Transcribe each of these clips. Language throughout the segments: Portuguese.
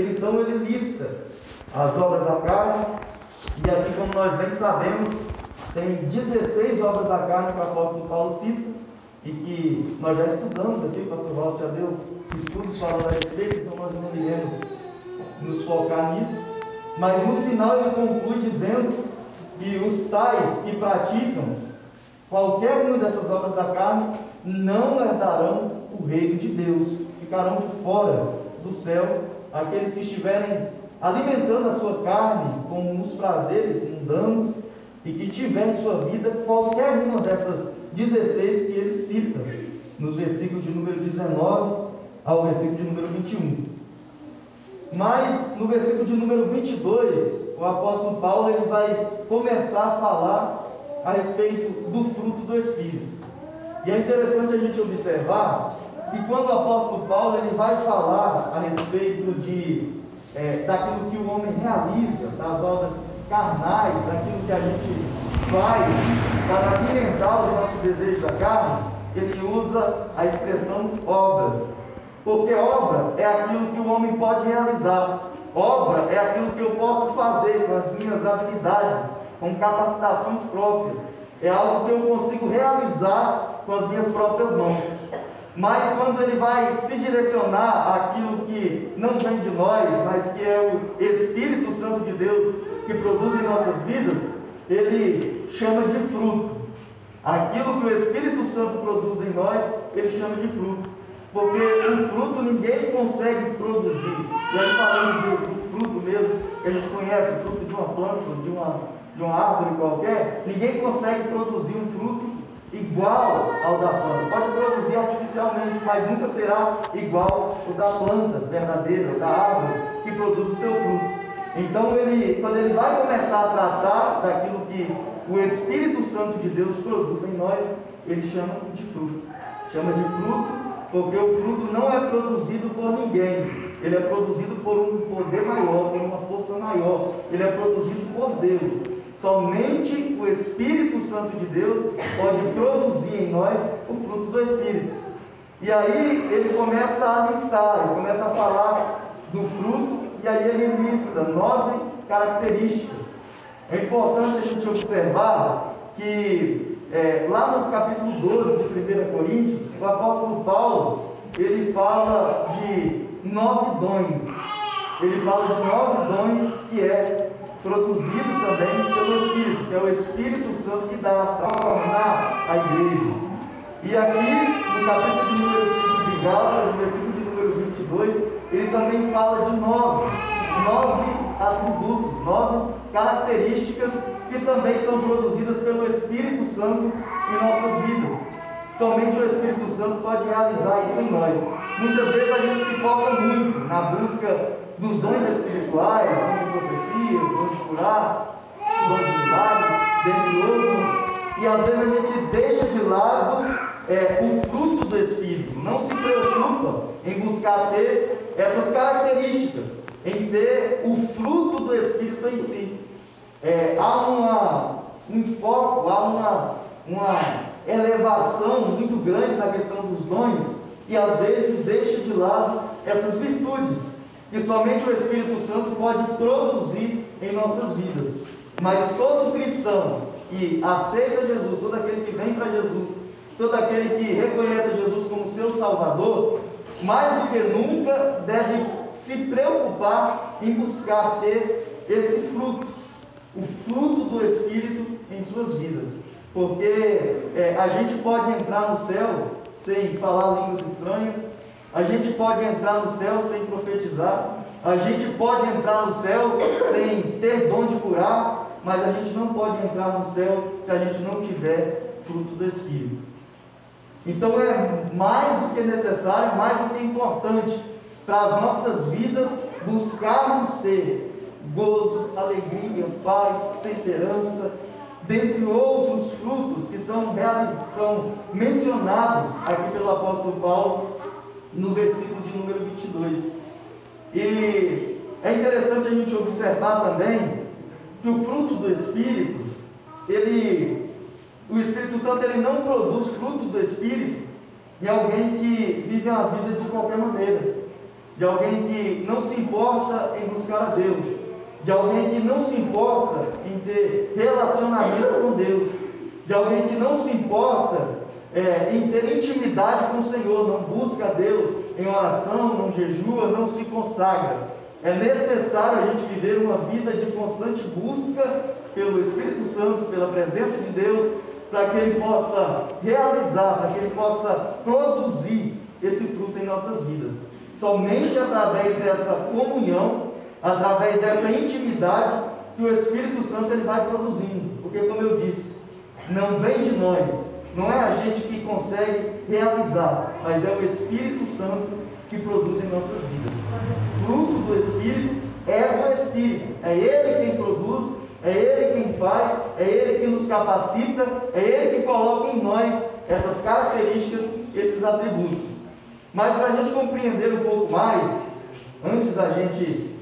texto, então, ele lista as obras da carne, e aqui, como nós bem sabemos, tem 16 obras da carne que o apóstolo Paulo cita, e que nós já estudamos aqui, o pastor Walter já deu estudos falando a respeito, então nós não iremos nos focar nisso, mas no final ele conclui dizendo que os tais que praticam qualquer uma dessas obras da carne não herdarão o reino de Deus, ficarão de fora do céu, aqueles que estiverem alimentando a sua carne com os prazeres mundanos e que tiverem em sua vida qualquer uma dessas 16 que ele cita nos versículos de número 19 ao versículo de número 21. Mas no versículo de número 22, o apóstolo Paulo ele vai começar a falar a respeito do fruto do Espírito. E é interessante a gente observar que quando o apóstolo Paulo ele vai falar a respeito daquilo que o homem realiza, das obras carnais, daquilo que a gente faz para alimentar os nossos desejos da carne, ele usa a expressão obras. Porque obra é aquilo que o homem pode realizar. Obra é aquilo que eu posso fazer com as minhas habilidades, com capacitações próprias. É algo que eu consigo realizar com as minhas próprias mãos. Mas quando ele vai se direcionar àquilo que não vem de nós, mas que é o Espírito Santo de Deus que produz em nossas vidas, ele chama de fruto. Aquilo que o Espírito Santo produz em nós, ele chama de fruto. Porque o fruto ninguém consegue produzir. E aí falando do fruto mesmo, que a gente conhece, o fruto de uma planta, de uma árvore qualquer, ninguém consegue produzir um fruto igual ao da planta. Pode produzir artificialmente, mas nunca será igual ao da planta verdadeira, da árvore que produz o seu fruto. Então, quando ele vai começar a tratar daquilo que o Espírito Santo de Deus produz em nós, ele chama de fruto. Chama de fruto porque o fruto não é produzido por ninguém. Ele é produzido por um poder maior, por uma força maior. Ele é produzido por Deus. Somente o Espírito Santo de Deus pode produzir em nós o fruto do Espírito. E aí ele começa a listar, ele começa a falar do fruto, e aí ele lista 9 características. É importante a gente observar que lá no capítulo 12 de 1 Coríntios, o apóstolo Paulo, ele fala de 9 dons. Ele fala de 9 dons que é produzido também pelo Espírito, que é o Espírito Santo que dá para tornar a igreja. E aqui, no capítulo de número 5 de Gálatas, no versículo de número 22, ele também fala de 9 atributos, 9 características que também são produzidas pelo Espírito Santo em nossas vidas. Somente o Espírito Santo pode realizar isso em nós. Muitas vezes a gente se foca muito na busca dos dons espirituais, dons de profecia, dons de curar, dons de milagres, dentre outros, e às vezes a gente deixa de lado o fruto do Espírito. Não se preocupa em buscar ter essas características, em ter o fruto do Espírito em si. Há um foco, há uma elevação muito grande na questão dos dons, e às vezes deixa de lado essas virtudes que somente o Espírito Santo pode produzir em nossas vidas. Mas todo cristão que aceita Jesus, todo aquele que vem para Jesus, todo aquele que reconhece Jesus como seu Salvador, mais do que nunca deve se preocupar em buscar ter esse fruto, o fruto do Espírito em suas vidas. Porque a gente pode entrar no céu sem falar línguas estranhas, a gente pode entrar no céu sem profetizar, a gente pode entrar no céu sem ter dom de curar, mas a gente não pode entrar no céu se a gente não tiver fruto do Espírito. Então é mais do que necessário, mais do que importante para as nossas vidas buscarmos ter gozo, alegria, paz, temperança, dentre outros frutos que são mencionados aqui pelo apóstolo Paulo no versículo de número 22. E é interessante a gente observar também que o fruto do Espírito, o Espírito Santo ele não produz fruto do Espírito em alguém que vive a vida de qualquer maneira. de alguém que não se importa em buscar a Deus, de alguém que não se importa em ter relacionamento com Deus, de alguém que não se importa em ter intimidade com o Senhor, não busca a Deus em oração, não jejua, não se consagra. É necessário a gente viver uma vida de constante busca pelo Espírito Santo, pela presença de Deus, para que Ele possa realizar, para que Ele possa produzir esse fruto em nossas vidas. Somente através dessa comunhão, através dessa intimidade, que o Espírito Santo ele vai produzindo. Porque, como eu disse, não vem de nós, não é a gente que consegue realizar, mas é o Espírito Santo que produz em nossas vidas. O fruto do Espírito é do Espírito, é Ele quem produz, é Ele quem faz, é Ele que nos capacita, é Ele que coloca em nós essas características, esses atributos. Mas para a gente compreender um pouco mais, antes da gente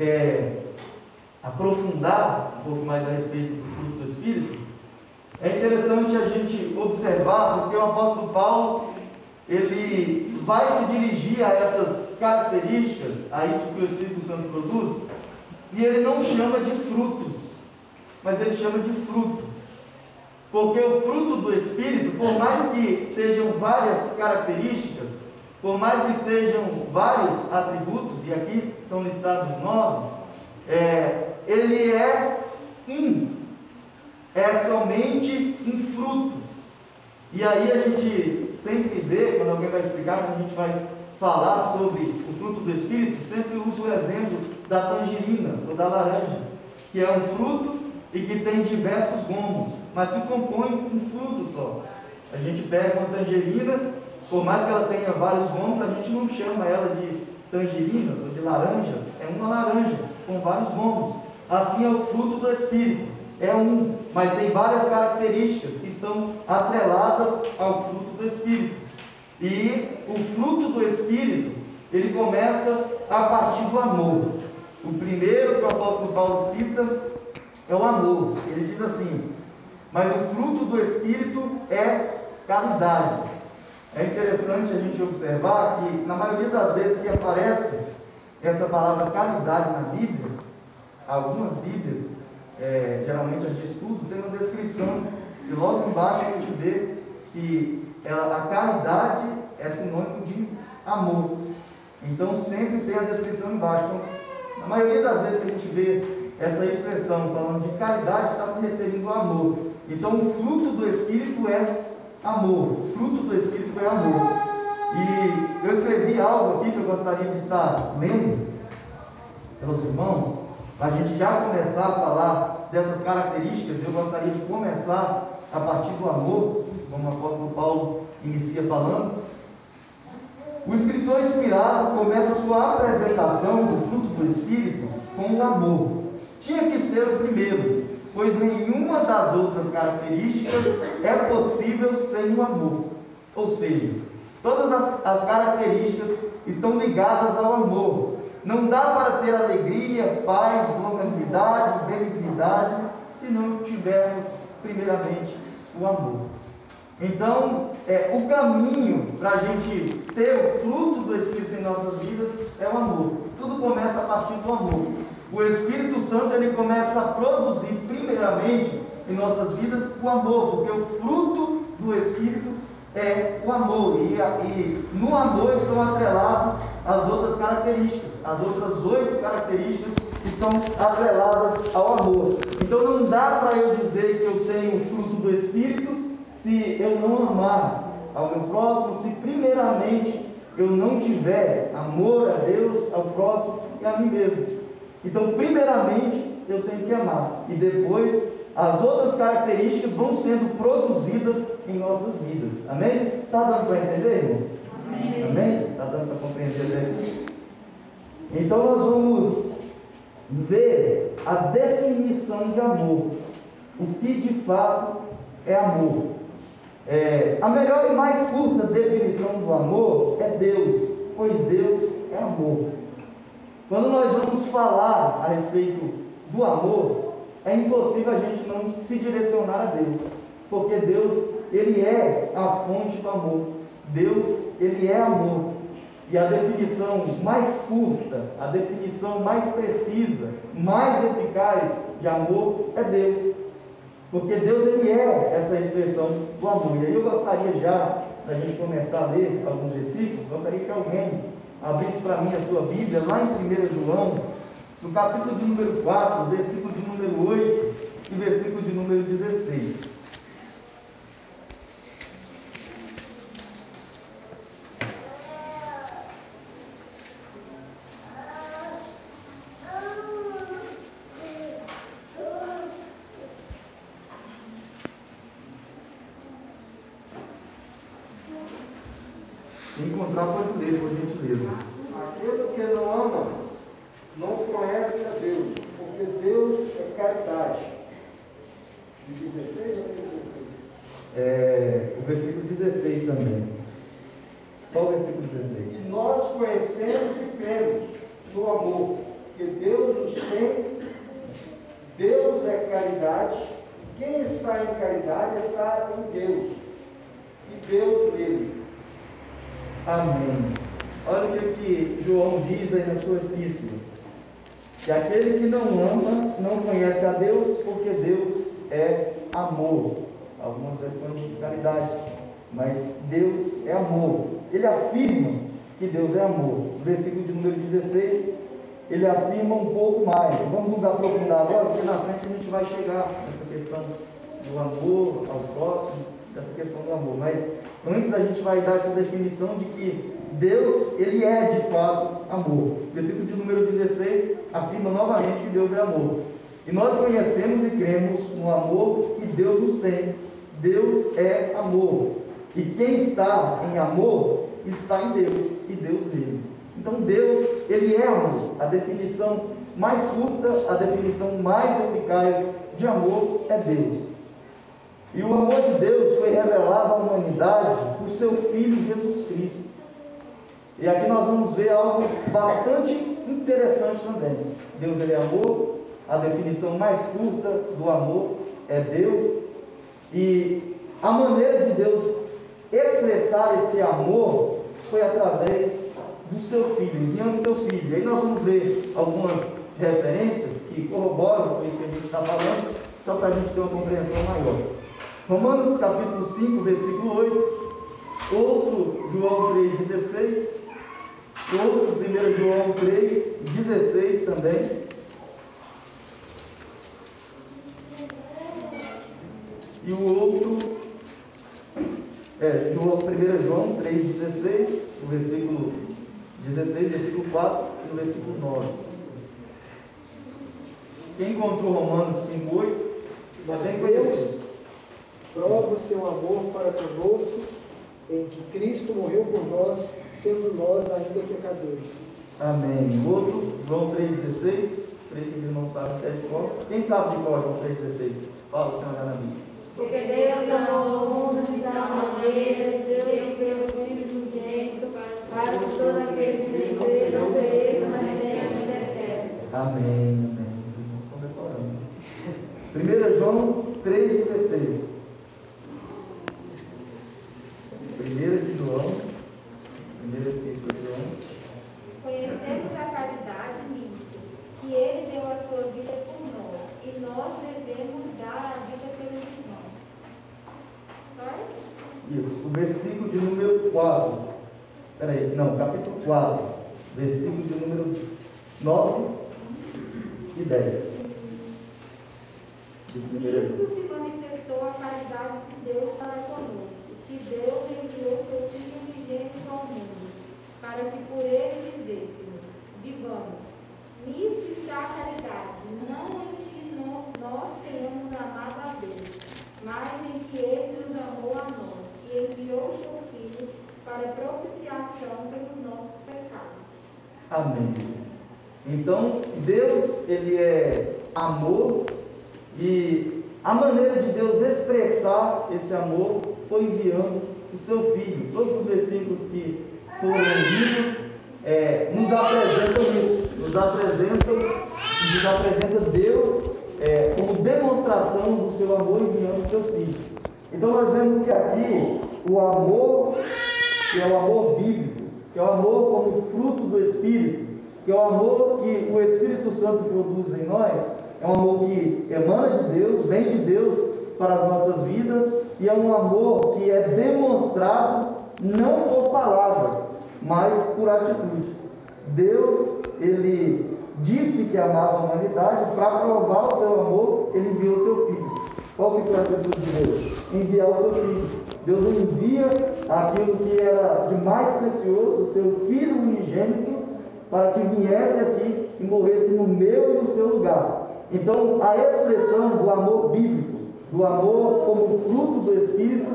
aprofundar um pouco mais a respeito do fruto do Espírito, é interessante a gente observar, porque o apóstolo Paulo, ele vai se dirigir a essas características, a isso que o Espírito Santo produz, e ele não chama de frutos, mas ele chama de fruto. Porque o fruto do Espírito, por mais que sejam várias características, por mais que sejam vários atributos, e aqui são listados 9, ele é somente um fruto. E aí a gente sempre vê, quando alguém vai explicar, quando a gente vai falar sobre o fruto do Espírito, sempre usa o exemplo da tangerina ou da laranja, que é um fruto e que tem diversos gomos, mas que compõe um fruto só. A gente pega uma tangerina, por mais que ela tenha vários gomos, a gente não chama ela de tangerinas ou de laranjas, é uma laranja com vários gomos. Assim é o fruto do Espírito, é um, mas tem várias características que estão atreladas ao fruto do Espírito. E o fruto do Espírito, ele começa a partir do amor. O primeiro que o apóstolo Paulo cita é o amor. Ele diz assim: mas o fruto do Espírito é caridade. É interessante a gente observar que, na maioria das vezes que aparece essa palavra caridade na Bíblia, algumas Bíblias, geralmente as de estudo, tem uma descrição, e logo embaixo a gente vê que a caridade é sinônimo de amor. Então sempre tem a descrição embaixo. Então, na maioria das vezes que a gente vê essa expressão falando de caridade, está se referindo ao amor. Então o fruto do Espírito é amor. O fruto do Espírito é amor. E eu escrevi algo aqui que eu gostaria de estar lendo pelos irmãos, para a gente já começar a falar dessas características. Eu gostaria de começar a partir do amor, como o apóstolo Paulo inicia falando. O escritor inspirado começa a sua apresentação do fruto do Espírito com o amor. Tinha que ser o primeiro, pois nenhuma das outras características é possível sem o amor. Ou seja, todas as características estão ligadas ao amor. Não dá para ter alegria, paz, longanimidade, benignidade, se não tivermos primeiramente o amor. Então, o caminho para a gente ter o fruto do Espírito em nossas vidas é o amor. Tudo começa a partir do amor. O Espírito Santo ele começa a produzir primeiramente em nossas vidas o amor, porque o fruto do Espírito é o amor, e no amor estão atreladas as outras características, as outras 8 características estão atreladas ao amor. Então não dá para eu dizer que eu tenho o fruto do Espírito se eu não amar ao meu próximo, se primeiramente eu não tiver amor a Deus, ao próximo e a mim mesmo. Então primeiramente eu tenho que amar, e depois as outras características vão sendo produzidas em nossas vidas. Amém? Está dando para entender, irmãos? Amém? Está dando para compreender bem? Então nós vamos ver a definição de amor. O que de fato é amor? A melhor e mais curta definição do amor é Deus, pois Deus é amor. Quando nós vamos falar a respeito do amor, é impossível a gente não se direcionar a Deus, porque Deus, Ele é a fonte do amor. Deus, Ele é amor. E a definição mais curta, a definição mais precisa, mais eficaz de amor é Deus. Porque Deus, ele é essa expressão do amor. E aí eu gostaria já, da gente começar a ler alguns versículos, gostaria que alguém abrisse para mim a sua Bíblia, lá em 1 João, no capítulo de número 4, versículo de número 8 e versículo de número 16. Encontrar pode ler, por gentileza. Aquele que não ama não conhece a Deus, porque Deus é caridade. De 16 ou 16? O versículo 16 também. Só o versículo 16. E nós conhecemos e cremos no amor que Deus nos tem. Deus é caridade. Quem está em caridade está em Deus. E Deus nele. Amém. Olha o que João diz aí na sua epístola. Que aquele que não ama não conhece a Deus, porque Deus é amor. Algumas versões dizem caridade, mas Deus é amor. Ele afirma que Deus é amor. No versículo de número 16, ele afirma um pouco mais. Vamos nos aprofundar agora, porque na frente a gente vai chegar nessa questão do amor ao próximo, dessa questão do amor. Mas antes a gente vai dar essa definição de que Deus, ele é de fato amor. Versículo de número 16 afirma novamente que Deus é amor. E nós conhecemos e cremos no amor que Deus nos tem. Deus é amor. E quem está em amor está em Deus e Deus nele. Então Deus, ele é amor. A definição mais curta, a definição mais eficaz de amor é Deus. E o amor de Deus foi revelado à humanidade por seu Filho Jesus Cristo. E aqui nós vamos ver algo bastante interessante também. Deus, ele é amor. A definição mais curta do amor é Deus. E a maneira de Deus expressar esse amor foi através do seu Filho, enviando seu Filho. E aí nós vamos ver algumas referências que corroboram com isso que a gente está falando, só para a gente ter uma compreensão maior. Romanos capítulo 5, versículo 8, outro João 3,16, outro 1 João 3,16 também. E o outro, 1 João 3,16, o versículo 16, versículo 4 e o versículo 9. Quem encontrou Romanos 5,8, já tem conhecido. Prova o seu amor para conosco, em que Cristo morreu por nós, sendo nós ainda pecadores. Amém. Outro, João 3,16. Creio que os irmãos sabem até de cor. Quem sabe de cor, João 3,16? Fala, senhor Anabim. Porque Deus amou o mundo de tal maneira, deu seu Filho unigênito, para que todo aquele que nele crê não pereça, mas tenha vida eterna. Amém. Amém. Os irmãos estão decorando. 1 João 3,16. 1 de João, 1 Epístola de João. Conhecemos a caridade nisso, que Ele deu a sua vida por nós, e nós devemos dar a vida pelos irmãos. Isso, o versículo de número 4. Capítulo 4, versículo de número 9 e 10. Cristo se manifestou a caridade de Deus para conosco, que Deus enviou seu Filho unigênito ao mundo, para que por ele vivêssemos. Digamos, nisso está a caridade, não em que nós tenhamos amado a Deus, mas em que ele nos amou a nós e enviou seu Filho para propiciação pelos nossos pecados. Amém. Então, Deus, ele é amor, e a maneira de Deus expressar esse amor foi enviando o seu Filho. Todos os versículos que foram lidos nos apresentam isso, nos apresenta Deus como demonstração do seu amor enviando o seu Filho. Então nós vemos que aqui o amor, que é o amor bíblico, que é o amor como fruto do Espírito, que é o amor que o Espírito Santo produz em nós, é um amor que emana de Deus, vem de Deus para as nossas vidas, e é um amor que é demonstrado não por palavras, mas por atitude. Deus, Ele disse que amava a humanidade. Para provar o seu amor, Ele enviou o seu Filho. Qual que foi a atitude de Deus? Enviar o seu Filho. Deus envia aquilo que era de mais precioso, o seu Filho unigênito, para que viesse aqui e morresse no meu e no seu lugar. Então, a expressão do amor bíblico, do amor como fruto do Espírito,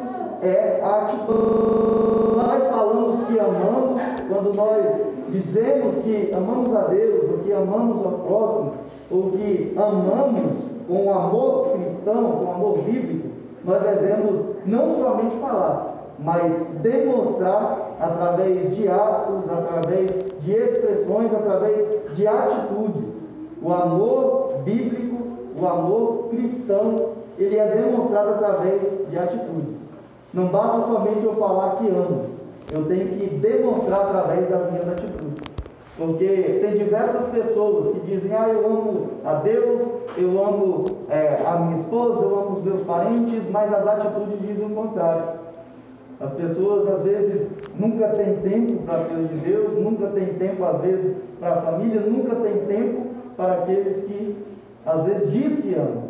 é a atitude. Nós falamos que amamos, quando nós dizemos que amamos a Deus, ou que amamos ao próximo, ou que amamos com o amor cristão, com o amor bíblico, nós devemos não somente falar, mas demonstrar através de atos, através de expressões, através de atitudes. O amor bíblico, o amor cristão, ele é demonstrado através de atitudes. Não basta somente eu falar que amo, eu tenho que demonstrar através das minhas atitudes. Porque tem diversas pessoas que dizem: eu amo a Deus, eu amo a minha esposa, eu amo os meus parentes, mas as atitudes dizem o contrário. As pessoas às vezes nunca têm tempo para as coisas de Deus, nunca têm tempo às vezes para a família, nunca têm tempo para aqueles que às vezes diz que amam.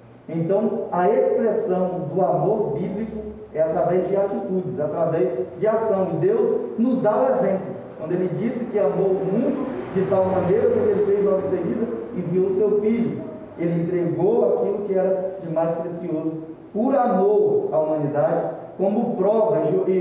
Então, a expressão do amor bíblico é através de atitudes, através de ação. E Deus nos dá o exemplo. Quando Ele disse que amou o mundo de tal maneira que Ele fez logo em seguida, enviou o seu Filho. Ele entregou aquilo que era de mais precioso, por amor à humanidade, como prova.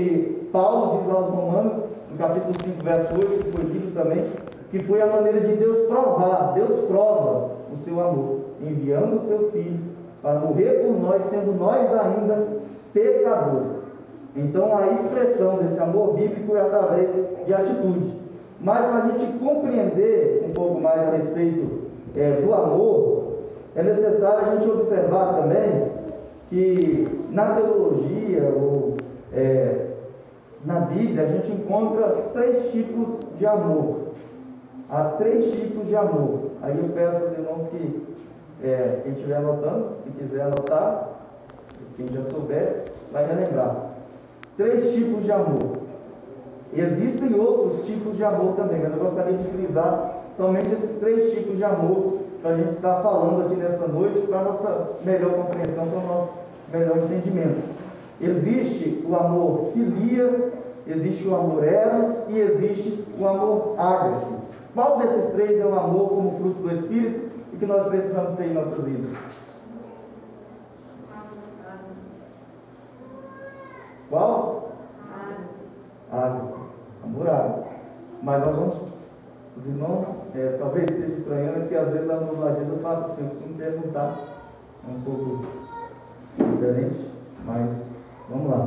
E Paulo diz aos Romanos, no capítulo 5, verso 8, que foi dito também, que foi a maneira de Deus provar. Deus prova o seu amor, enviando o seu Filho para morrer por nós, sendo nós ainda pecadores. Então, a expressão desse amor bíblico é através de atitude. Mas, para a gente compreender um pouco mais a respeito do amor, é necessário a gente observar também que na teologia ou na Bíblia a gente encontra 3 tipos de amor. Há 3 tipos de amor. Aí eu peço aos irmãos que quem estiver anotando, se quiser anotar, quem já souber, vai relembrar. 3 tipos de amor. Existem outros tipos de amor também, mas eu gostaria de frisar somente esses 3 tipos de amor para a gente estar falando aqui nessa noite, para a nossa melhor compreensão, para o nosso melhor entendimento. Existe o amor filia, existe o amor eros e existe o amor ágape. Qual desses 3 é o amor como fruto do Espírito e que nós precisamos ter em nossas vidas? Qual? Ágape. Amor ágape. Mas nós vamos, os irmãos, talvez esteja estranhando, porque às vezes lá no Ladino eu faço assim, eu costumo perguntar, um pouco diferente, mas vamos lá.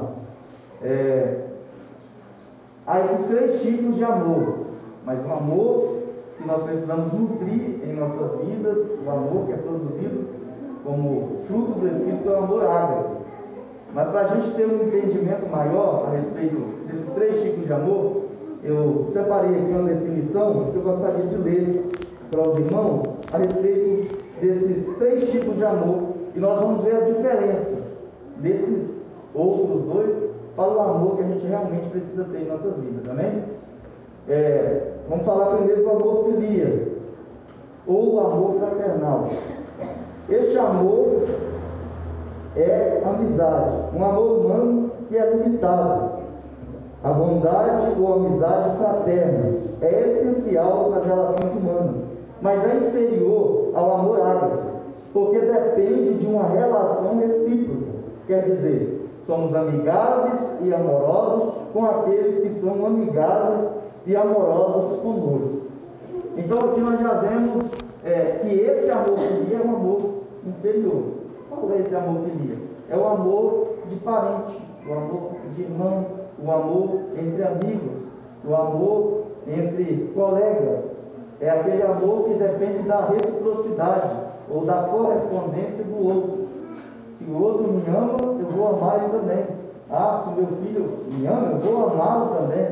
Há esses 3 tipos de amor, mas um amor que nós precisamos nutrir em nossas vidas, o amor que é produzido como fruto do Espírito, é o amor ágape. Mas para a gente ter um entendimento maior a respeito desses 3 tipos de amor, eu separei aqui uma definição que eu gostaria de ler para os irmãos a respeito desses 3 tipos de amor, e nós vamos ver a diferença desses outros 2 para o amor que a gente realmente precisa ter em nossas vidas, amém? Vamos falar primeiro do amor filia, ou o amor fraternal. Este amor é amizade, um amor humano que é limitado. A bondade ou amizade fraterna é essencial nas relações humanas, mas é inferior ao amor ágape, porque depende de uma relação recíproca. Quer dizer, somos amigáveis e amorosos com aqueles que são amigáveis e amorosos conosco. Então aqui nós já vemos que esse amor filia é um amor inferior. Qual é esse amor filia? É o amor de parente, o amor de irmão, o amor entre amigos, o amor entre colegas. É aquele amor que depende da reciprocidade ou da correspondência do outro. Se o outro me ama, eu vou amar ele também. Se o meu filho me ama, eu vou amá-lo também.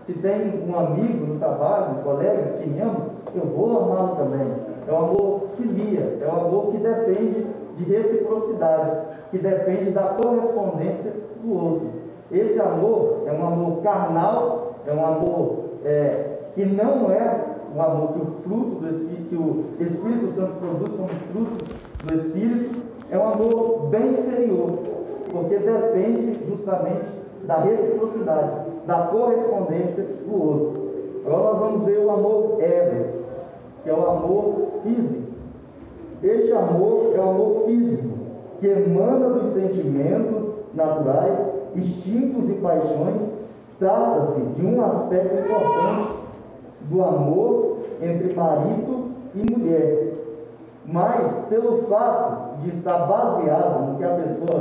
Se tem um amigo no trabalho, um colega que me ama, eu vou amá-lo também. É um amor filia, é um amor que depende de reciprocidade, que depende da correspondência do outro. Esse amor é um amor carnal, é um amor que não é um amor que o fruto do Espírito, que o Espírito Santo produz como fruto do Espírito, é um amor bem inferior, porque depende justamente da reciprocidade, da correspondência do outro. Agora nós vamos ver o amor eros, que é o amor físico. Este amor é o amor físico, que emana dos sentimentos naturais, instintos e paixões. Trata-se de um aspecto importante do amor entre marido e mulher. Mas, pelo fato de estar baseado no que a pessoa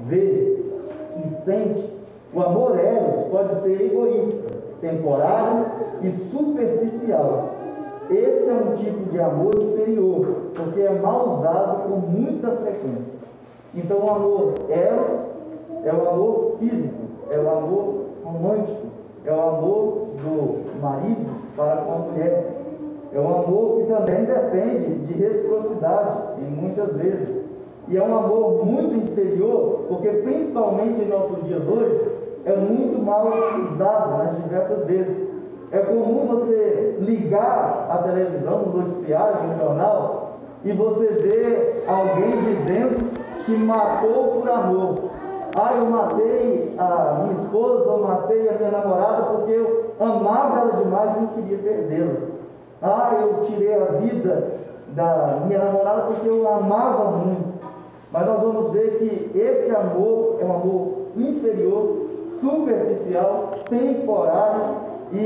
vê e sente, o amor eros pode ser egoísta, temporário e superficial. Esse é um tipo de amor inferior, porque é mal usado com muita frequência. Então, o amor eros é o amor físico, é o amor romântico, é o amor do marido para com a mulher. É um amor que também depende de reciprocidade, em muitas vezes. E é um amor muito inferior, porque principalmente em nossos dias hoje, é muito mal usado, né, diversas vezes. É comum você ligar a televisão, no noticiário, no jornal, e você ver alguém dizendo que matou por amor. Ah, eu matei a minha esposa, eu matei a minha namorada porque eu amava ela demais e não queria perdê-la. Ah, eu tirei a vida da minha namorada porque eu a amava muito. Mas nós vamos ver que esse amor é um amor inferior, superficial, temporário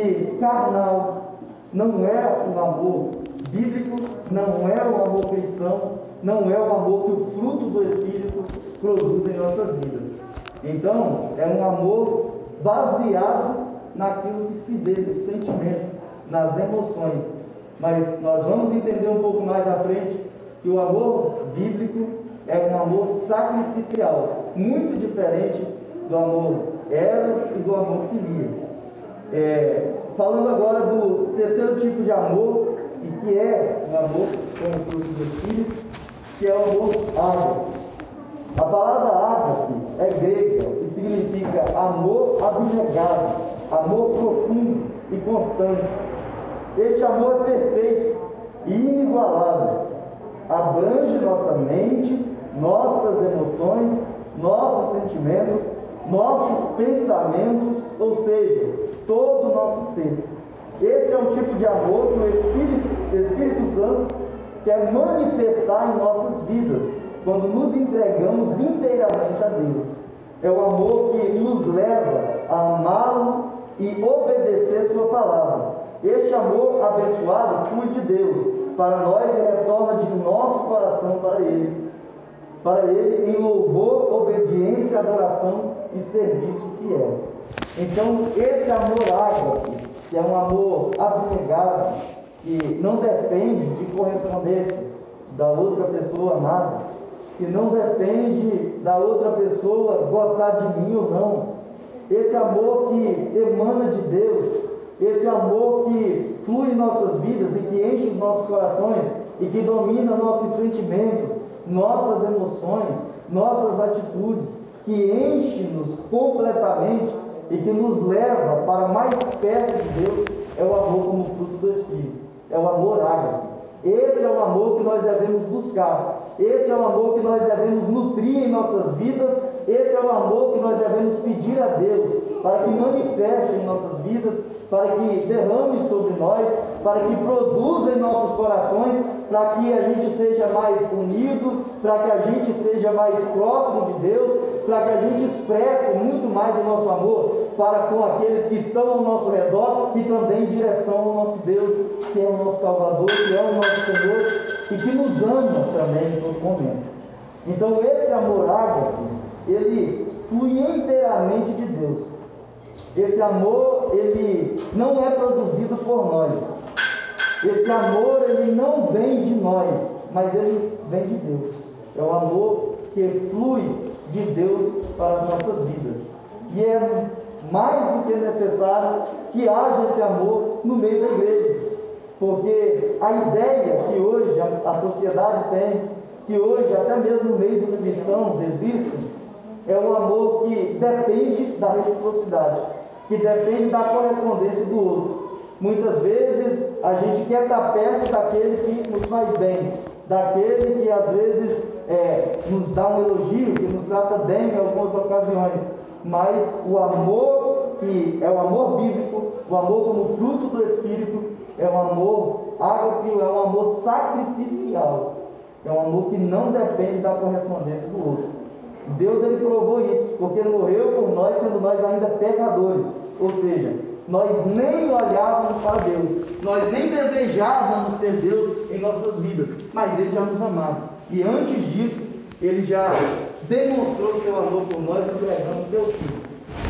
e carnal. Não é um amor bíblico, não é um amor cristão, não é um amor que o fruto do Espírito produz em nossas vidas. Então, é um amor baseado naquilo que se vê, no sentimento, nas emoções. Mas nós vamos entender um pouco mais à frente que o amor bíblico é um amor sacrificial, muito diferente do amor eros e do amor filia. Falando agora do terceiro tipo de amor, e que é um amor como fruto do Espírito, que é o amor ágape. A palavra ágape é grega e significa amor abnegado, amor profundo e constante. Este amor é perfeito e inigualável. Abrange nossa mente, nossas emoções, nossos sentimentos, nossos pensamentos, ou seja, todo o nosso ser. Esse é o tipo de amor que o Espírito Santo quer manifestar em nossas vidas, quando nos entregamos inteiramente a Deus. É o amor que nos leva a amá-lo e obedecer sua palavra. Este amor abençoado flui de Deus para nós e retorna de nosso coração para Ele em louvor, obediência, adoração e serviço fiel. Então, esse amor ágape, que é um amor abnegado, que não depende de correspondência da outra pessoa amada, que não depende da outra pessoa gostar de mim ou não. Esse amor que emana de Deus, esse amor que flui em nossas vidas e que enche os nossos corações e que domina nossos sentimentos, nossas emoções, nossas atitudes, que enche-nos completamente e que nos leva para mais perto de Deus, é o amor como fruto do Espírito, é o amor ágape. Esse é o amor que nós devemos buscar, esse é o amor que nós devemos nutrir em nossas vidas, esse é o amor que nós devemos pedir a Deus para que manifeste em nossas vidas, para que derrame sobre nós, para que produza em nossos corações, para que a gente seja mais unido, para que a gente seja mais próximo de Deus, para que a gente expresse muito mais o nosso amor para com aqueles que estão ao nosso redor e também em direção ao nosso Deus, que é o nosso Salvador, que é o nosso Senhor e que nos ama também em todo momento. Então esse amor ágape, ele flui inteiramente de Deus. Esse amor, ele não é produzido por nós. Esse amor, ele não vem de nós, mas ele vem de Deus. É o amor que flui de Deus para as nossas vidas. E é mais do que necessário que haja esse amor no meio da igreja. Porque a ideia que hoje a sociedade tem, que hoje até mesmo no meio dos cristãos existe, é um amor que depende da reciprocidade, que depende da correspondência do outro. Muitas vezes a gente quer estar perto daquele que nos faz bem, daquele que às vezes nos dá um elogio, que nos trata bem em algumas ocasiões, mas o amor que é o amor bíblico, o amor como fruto do Espírito, é um amor ágape, é um amor sacrificial, é um amor que não depende da correspondência do outro. Deus ele provou isso, porque ele morreu por nós, sendo nós ainda pecadores, ou seja, nós nem olhávamos para Deus, nós nem desejávamos ter Deus em nossas vidas, mas Ele já nos amava, e antes disso, Ele já demonstrou o seu amor por nós, entregando o seu Filho,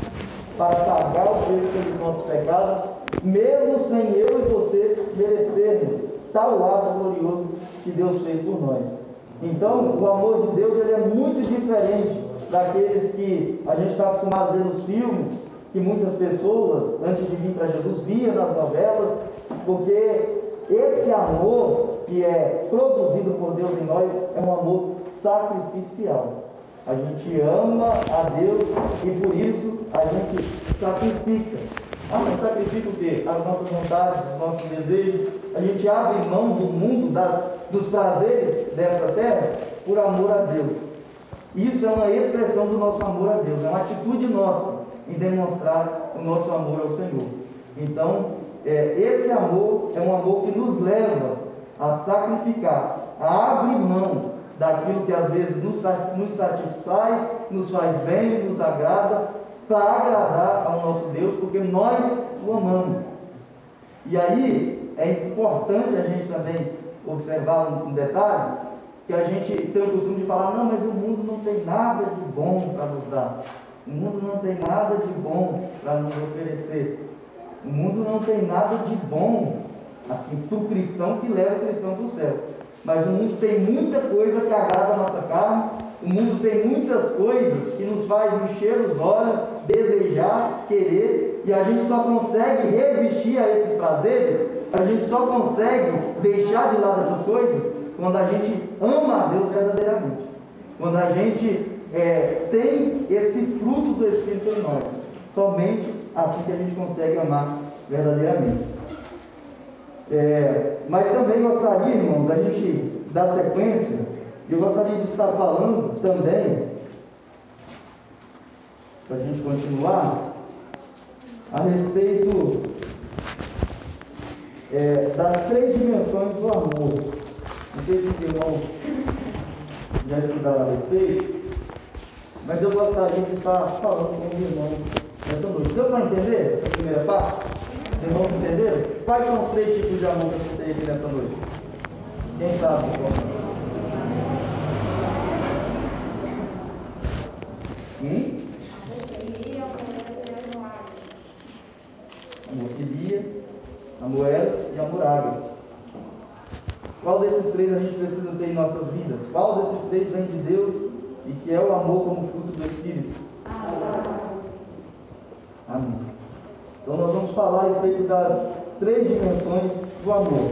para pagar o preço pelos nossos pecados, mesmo sem eu e você merecermos tal ato glorioso que Deus fez por nós. Então, o amor de Deus ele é muito diferente daqueles que a gente está acostumado a ver nos filmes, que muitas pessoas, antes de vir para Jesus, via nas novelas, porque esse amor que é produzido por Deus em nós é um amor sacrificial. A gente ama a Deus e por isso a gente sacrifica. Ah, mas sacrifica o quê? As nossas vontades, os nossos desejos. A gente abre mão do mundo, dos prazeres dessa terra, por amor a Deus. Isso é uma expressão do nosso amor a Deus, é uma atitude nossa em demonstrar o nosso amor ao Senhor. Então, esse amor é um amor que nos leva a sacrificar, a abrir mão daquilo que às vezes nos satisfaz, nos faz bem, nos agrada, para agradar ao nosso Deus, porque nós o amamos. E aí é importante a gente também observar um detalhe, que a gente tem o costume de falar, não, mas o mundo não tem nada de bom para nos dar. O mundo não tem nada de bom para nos oferecer. O mundo não tem nada de bom, assim, para o cristão que leva o cristão para o céu. Mas o mundo tem muita coisa que agrada a nossa carne, o mundo tem muitas coisas que nos faz encher os olhos, desejar, querer, e a gente só consegue resistir a esses prazeres, a gente só consegue deixar de lado essas coisas quando a gente ama a Deus verdadeiramente, quando a gente tem esse fruto do Espírito em nós. Somente assim que a gente consegue amar verdadeiramente. Mas também gostaria, irmãos, a gente dar sequência, eu gostaria de estar falando também, para a gente continuar, a respeito das 3 dimensões do amor. Não sei se os irmãos já estudaram a respeito, mas eu gostaria de estar falando com os irmãos nessa noite. Deu para entender essa primeira parte? Os irmãos entenderam? Quais são os 3 tipos de amor que eu citei aqui nessa noite? Quem sabe? Amor-filia, amor-eros e amor-ágape. Qual desses 3 a gente precisa ter em nossas vidas? Qual desses 3 vem de Deus e que é o amor como fruto do Espírito? Amém. Então nós vamos falar a respeito das 3 dimensões do amor.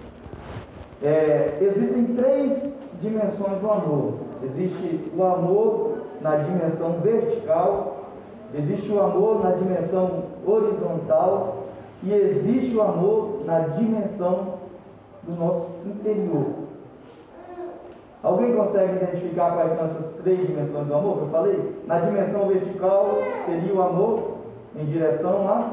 Existem 3 dimensões do amor. Existe o amor na dimensão vertical, existe o amor na dimensão horizontal e existe o amor na dimensão do nosso interior. Alguém consegue identificar quais são essas 3 dimensões do amor que eu falei? Na dimensão vertical seria o amor em direção a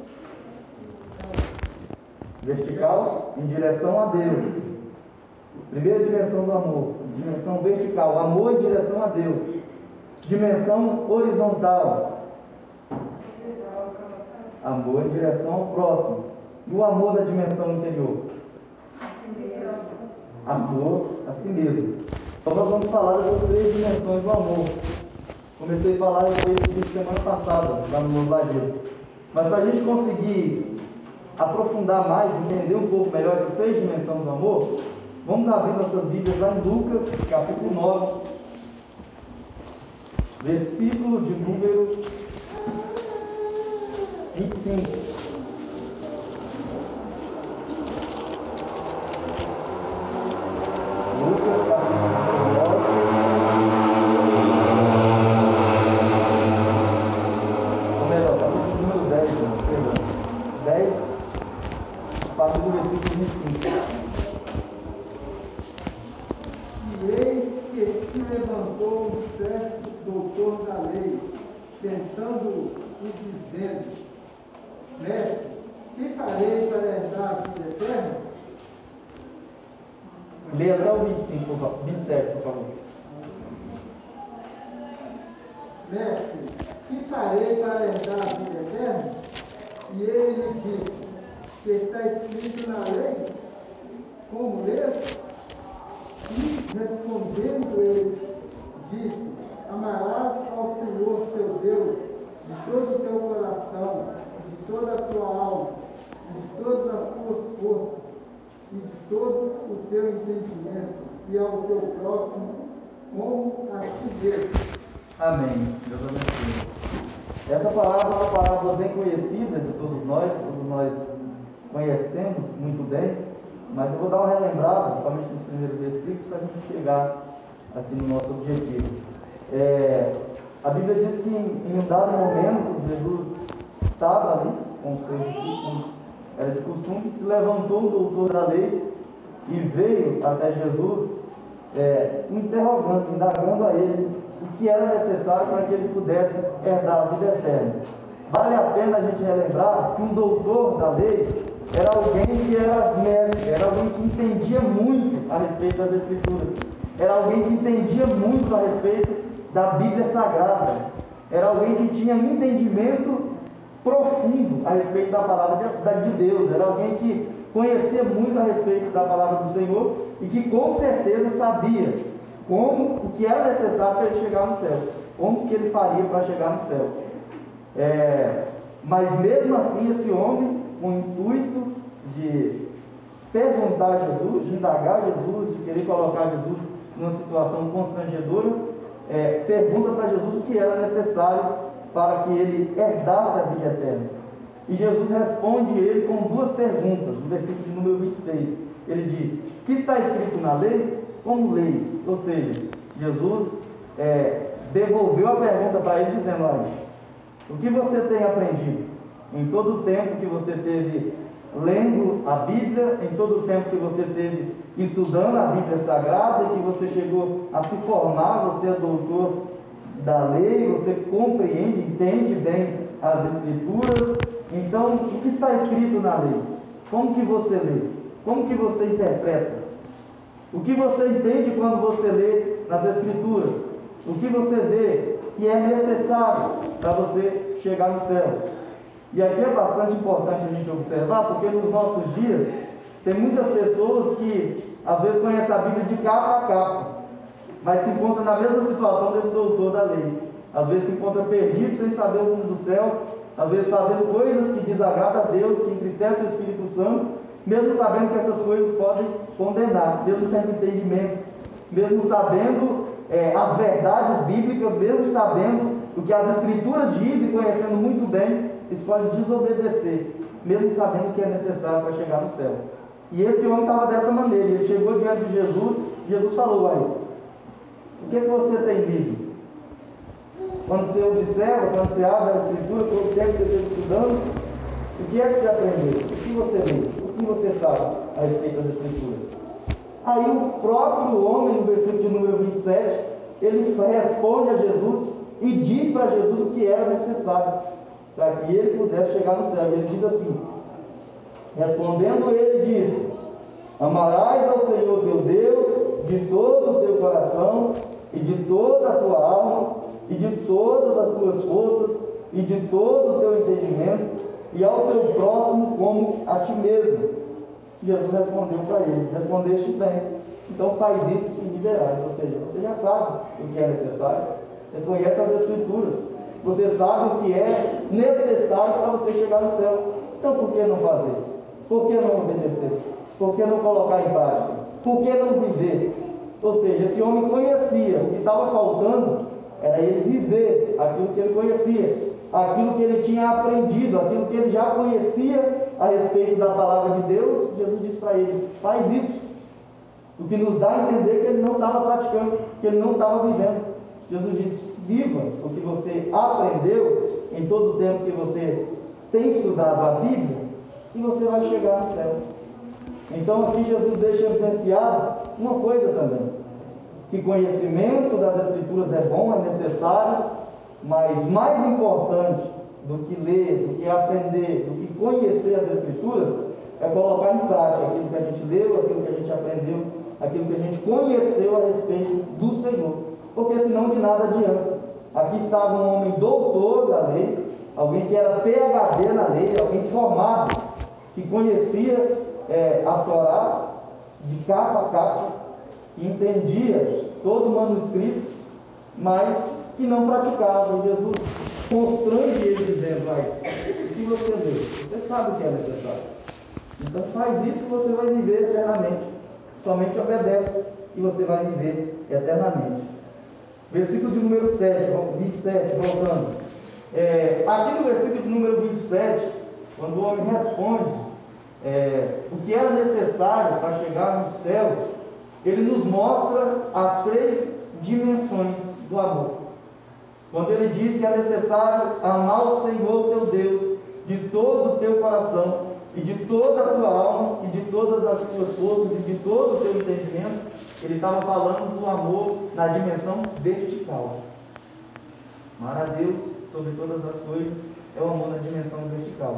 vertical, em direção a Deus. Primeira dimensão do amor, dimensão vertical, amor em direção a Deus. Dimensão horizontal, amor em direção ao próximo. E o amor da dimensão interior? Amor a si mesmo. Então nós vamos falar dessas 3 dimensões do amor. Comecei a falar a respeito disso semana passada, lá no Novo Ladino. Mas para a gente conseguir aprofundar mais, entender um pouco melhor essas 3 dimensões do amor, vamos abrir nossas Bíblias lá em Lucas, capítulo 9, versículo de número 25. Lucas, capítulo 9. Ou melhor, capítulo número 10, perdão. 10, a partir do versículo 25. E eis que se levantou um certo doutor da lei, tentando e dizendo: Mestre, que farei para herdar a vida eterna? Leia até o 25, 27, por favor. Mestre, que farei para herdar a vida eterna? E ele lhe disse: que está escrito na lei? Como lês? E respondendo ele, disse: amarás ao Senhor teu Deus de todo o teu coração, de toda a tua alma, de todas as tuas forças e de todo o teu entendimento, e ao teu próximo como a ti mesmo. Amém. Deus abençoe. Essa palavra é uma palavra bem conhecida de todos nós conhecemos muito bem, mas eu vou dar uma relembrada, somente nos primeiros versículos, para a gente chegar aqui no nosso objetivo. A Bíblia diz que em um dado momento, Jesus estava ali com os seus discípulos, era de costume, se levantou um doutor da lei e veio até Jesus, interrogando, indagando a ele o que era necessário para que ele pudesse herdar a vida eterna. Vale a pena a gente relembrar que um doutor da lei era alguém que era mestre, era alguém que entendia muito a respeito das Escrituras, era alguém que entendia muito a respeito da Bíblia Sagrada, era alguém que tinha um entendimento profundo a respeito da palavra de Deus, era alguém que conhecia muito a respeito da palavra do Senhor e que com certeza sabia o que era necessário para ele chegar no céu, como que ele faria para chegar no céu. Mas mesmo assim, esse homem, com o intuito de perguntar a Jesus, de indagar Jesus, de querer colocar Jesus numa situação constrangedora, pergunta para Jesus o que era necessário para que ele herdasse a vida eterna. E Jesus responde ele com duas perguntas, no versículo de número 26. Ele diz: que está escrito na lei? Como leis? Ou seja, Jesus devolveu a pergunta para ele dizendo: olha, o que você tem aprendido em todo o tempo que você teve lendo a Bíblia, em todo o tempo que você teve estudando a Bíblia Sagrada e que você chegou a se formar, você é doutor da lei, você compreende, entende bem as Escrituras. Então, o que está escrito na lei? Como que você lê? Como que você interpreta? O que você entende quando você lê nas Escrituras? O que você vê que é necessário para você chegar no céu? E aqui é bastante importante a gente observar, porque nos nossos dias tem muitas pessoas que às vezes conhecem a Bíblia de capa a capa, mas se encontram na mesma situação desse doutor da lei. Às vezes se encontra perdido sem saber o rumo do céu, às vezes fazendo coisas que desagradam a Deus, que entristecem o Espírito Santo, mesmo sabendo que essas coisas podem condenar, mesmo tendo entendimento, mesmo sabendo as verdades bíblicas, mesmo sabendo o que as Escrituras dizem, conhecendo muito bem, eles podem desobedecer, mesmo sabendo que é necessário para chegar no céu. E esse homem estava dessa maneira, ele chegou diante de Jesus, e Jesus falou a ele: o que você tem lido? Quando você observa, quando você abre a Escritura, todo o tempo que você está estudando, o que é que você aprendeu? O que você lê? O que você sabe a respeito das Escrituras? Aí o próprio homem, no versículo de número 27, ele responde a Jesus e diz para Jesus o que era necessário para que ele pudesse chegar no céu. Ele diz assim: respondendo ele, disse: amarás ao Senhor teu Deus de todo o teu coração e de toda a tua alma e de todas as tuas forças e de todo o teu entendimento, e ao teu próximo como a ti mesmo. Jesus respondeu para ele: respondeste bem, então faz isso e viverás. Ou seja, você já sabe o que é necessário, você conhece as Escrituras, você sabe o que é necessário para você chegar no céu. Então por que não fazer? Por que não obedecer? Por que não colocar em prática? Por que não viver? Ou seja, esse homem conhecia, o que estava faltando era ele viver aquilo que ele conhecia, aquilo que ele tinha aprendido, aquilo que ele já conhecia a respeito da palavra de Deus, Jesus disse para ele: faz isso. O que nos dá a entender que ele não estava praticando, que ele não estava vivendo. Jesus disse: viva o que você aprendeu em todo o tempo que você tem estudado a Bíblia, e você vai chegar no céu. Então aqui Jesus deixa evidenciado uma coisa também, que conhecimento das Escrituras é bom, é necessário, mas mais importante do que ler, do que aprender, do que conhecer as Escrituras, é colocar em prática aquilo que a gente leu, aquilo que a gente aprendeu, aquilo que a gente conheceu a respeito do Senhor, porque senão de nada adianta. Aqui estava um homem doutor da lei, alguém que era PhD na lei, alguém formado, que conhecia a Torá de capa a capa, que entendia todo o manuscrito, mas que não praticava. E Jesus constrange ele dizendo: o que você lê? Você sabe o que é necessário. Então faz isso e você vai viver eternamente. Somente obedece e você vai viver eternamente. Versículo de número 27, voltando. Aqui no versículo de número 27, quando o homem responde o que era necessário para chegar no céu, ele nos mostra as 3 dimensões do amor. Quando ele diz que é necessário amar o Senhor teu Deus de todo o teu coração, e de toda a tua alma, e de todas as tuas forças, e de todo o teu entendimento, ele estava falando do amor na dimensão vertical. Amar a Deus sobre todas as coisas é o amor na dimensão vertical.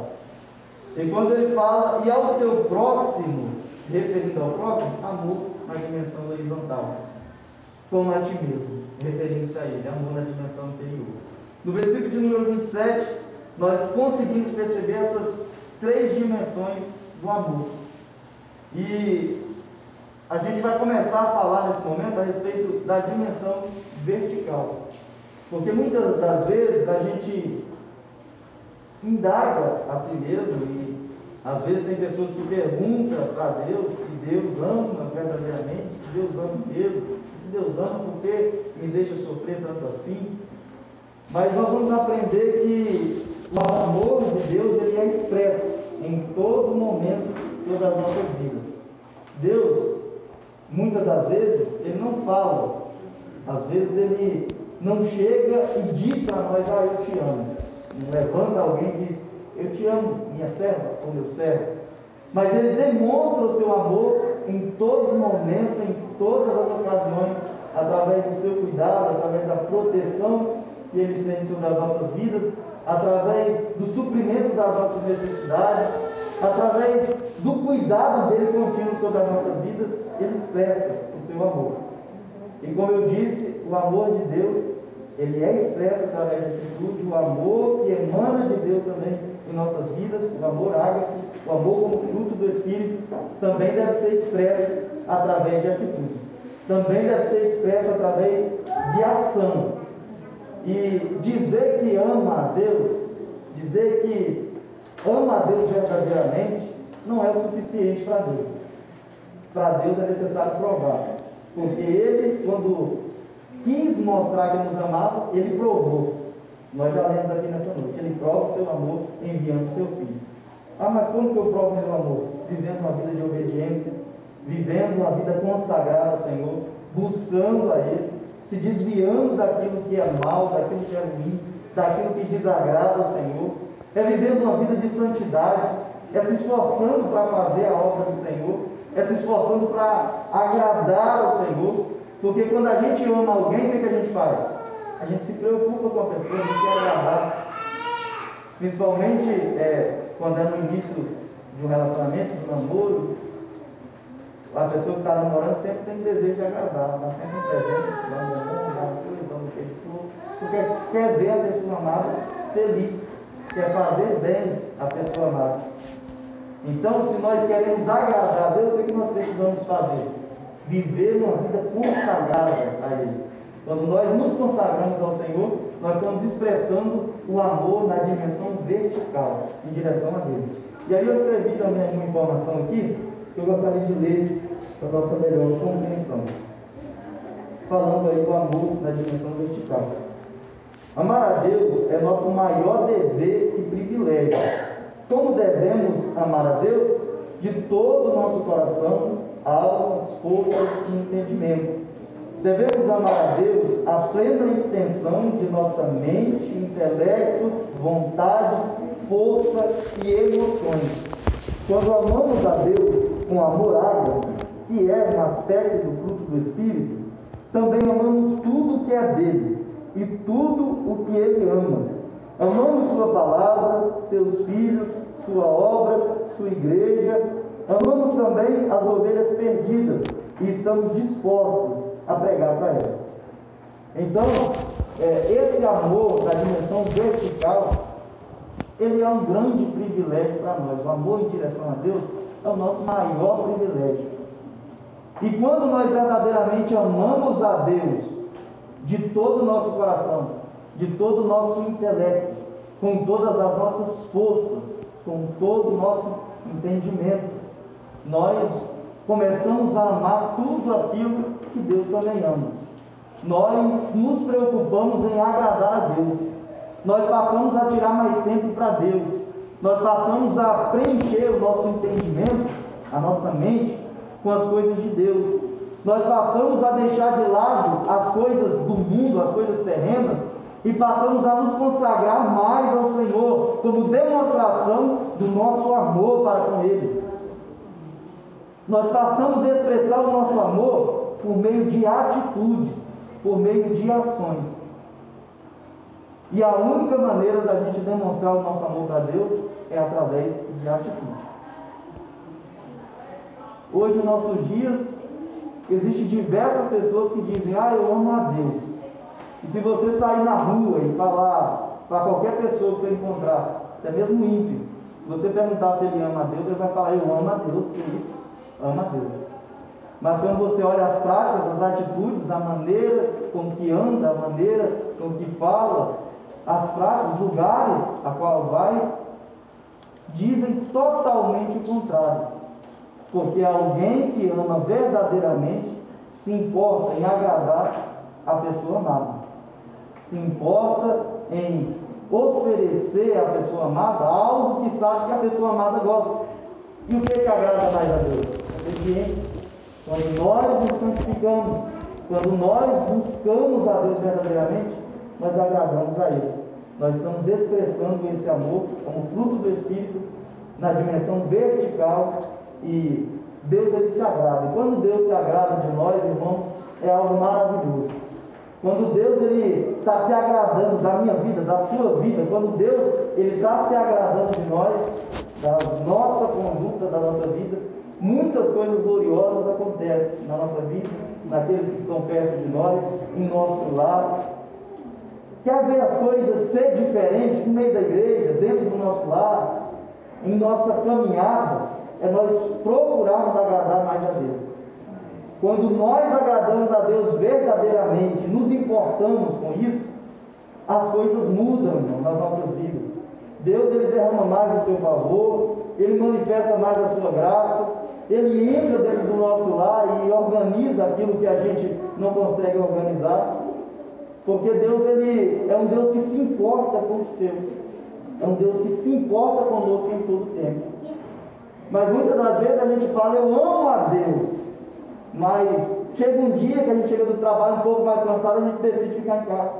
E quando ele fala, e ao teu próximo, referindo ao próximo, amor na dimensão horizontal, como a ti mesmo, referindo-se a ele, amor na dimensão anterior. No versículo de número 27, nós conseguimos perceber essas 3 dimensões do amor. E a gente vai começar a falar nesse momento a respeito da dimensão vertical, porque muitas das vezes a gente indaga a si mesmo, e às vezes tem pessoas que perguntam para Deus se Deus ama verdadeiramente, se Deus ama mesmo, se Deus ama, por que me deixa sofrer tanto assim? Mas nós vamos aprender que o amor de Deus, ele é expresso em todo momento sobre as nossas vidas. Deus, muitas das vezes, ele não fala, às vezes ele não chega e diz para nós: eu te amo. Não levanta alguém e diz: eu te amo, minha serva ou meu servo. Mas ele demonstra o seu amor em todo momento, em todas as ocasiões, através do seu cuidado, através da proteção que ele tem sobre as nossas vidas, através do suprimento das nossas necessidades, através do cuidado dele contínuo sobre as nossas vidas. Ele expressa o seu amor. E como eu disse, o amor de Deus, ele é expresso através da atitude, o amor que emana de Deus também em nossas vidas, o amor ágape, o amor como fruto do Espírito, também deve ser expresso através de atitude, também deve ser expresso através de ação. E dizer que ama a Deus, dizer que ama a Deus verdadeiramente, não é o suficiente para Deus. Para Deus é necessário provar, porque Ele, quando quis mostrar que nos amava, Ele provou. Nós já lemos aqui nessa noite: Ele prova o seu amor enviando o seu Filho. Mas como que eu provo o meu amor? Vivendo uma vida de obediência, vivendo uma vida consagrada ao Senhor, buscando a Ele, se desviando daquilo que é mal, daquilo que é ruim, daquilo que desagrada ao Senhor, é vivendo uma vida de santidade, é se esforçando para fazer a obra do Senhor, é se esforçando para agradar ao Senhor, porque quando a gente ama alguém, o que a gente faz? A gente se preocupa com a pessoa, a gente quer agradar, principalmente quando é no início de um relacionamento, de um namoro. A pessoa que está namorando sempre tem desejo de agradar, dá sempre um presente, dá um amor, dá uma coisa, dá um que for, porque quer ver a pessoa amada feliz, quer fazer bem a pessoa amada. Então, se nós queremos agradar a Deus, o que nós precisamos fazer? Viver uma vida consagrada a Ele. Quando nós nos consagramos ao Senhor, nós estamos expressando o amor na dimensão vertical, em direção a Deus. E aí eu escrevi também uma informação aqui, que eu gostaria de ler para a nossa melhor compreensão. Falando aí do amor na dimensão vertical. Amar a Deus é nosso maior dever e privilégio. Como devemos amar a Deus? De todo o nosso coração, alma, forças e entendimento. Devemos amar a Deus a plena extensão de nossa mente, intelecto, vontade, força e emoções. Quando amamos a Deus com amor ágape, que é um aspecto do fruto do Espírito, também amamos tudo o que é dele e tudo o que ele ama. Amamos sua palavra, seus filhos, sua obra, sua igreja. Amamos também as ovelhas perdidas e estamos dispostos a pregar para elas. Então, esse amor da dimensão vertical, ele é um grande privilégio para nós. O amor em direção a Deus é o nosso maior privilégio. E quando nós verdadeiramente amamos a Deus de todo o nosso coração, de todo o nosso intelecto, com todas as nossas forças, com todo o nosso entendimento, nós começamos a amar tudo aquilo que Deus também ama. Nós nos preocupamos em agradar a Deus. Nós passamos a tirar mais tempo para Deus. Nós passamos a preencher o nosso entendimento, a nossa mente, com as coisas de Deus. Nós passamos a deixar de lado as coisas do mundo, as coisas terrenas, e passamos a nos consagrar mais ao Senhor, como demonstração do nosso amor para com Ele. Nós passamos a expressar o nosso amor por meio de atitudes, por meio de ações. E a única maneira da gente demonstrar o nosso amor para Deus é através de atitudes. Hoje, nos nossos dias, existem diversas pessoas que dizem: eu amo a Deus. E se você sair na rua e falar para qualquer pessoa que você encontrar, até mesmo ímpio, se você perguntar se ele ama a Deus, ele vai falar: eu amo a Deus, que isso, ama a Deus. Mas quando você olha as práticas, as atitudes, a maneira com que anda, a maneira com que fala, as práticas, os lugares a qual vai, dizem totalmente o contrário. Porque alguém que ama verdadeiramente se importa em agradar a pessoa amada, se importa em oferecer à pessoa amada algo que sabe que a pessoa amada gosta. E o que agrada mais a Deus? A obediência. Quando nós nos santificamos, quando nós buscamos a Deus verdadeiramente, nós agradamos a Ele. Nós estamos expressando esse amor como fruto do Espírito na dimensão vertical, e Deus, ele se agrada. E quando Deus se agrada de nós, irmãos, é algo maravilhoso. Quando Deus está se agradando da minha vida, da sua vida, quando Deus está se agradando de nós, da nossa conduta, da nossa vida, muitas coisas gloriosas acontecem na nossa vida, naqueles que estão perto de nós, em nosso lar. Quer ver as coisas ser diferentes no meio da igreja, dentro do nosso lar, em nossa caminhada? É nós procurarmos agradar mais a Deus. Quando nós agradamos a Deus verdadeiramente, nos importamos com isso, as coisas mudam, irmão, nas nossas vidas. Deus, ele derrama mais o seu favor, ele manifesta mais a sua graça, ele entra dentro do nosso lar e organiza aquilo que a gente não consegue organizar. Porque Deus, ele é um Deus que se importa com os seus. É um Deus que se importa conosco em todo tempo. Mas muitas das vezes a gente fala: eu amo a Deus. Mas chega um dia que a gente chega do trabalho um pouco mais cansado, a gente decide ficar em casa.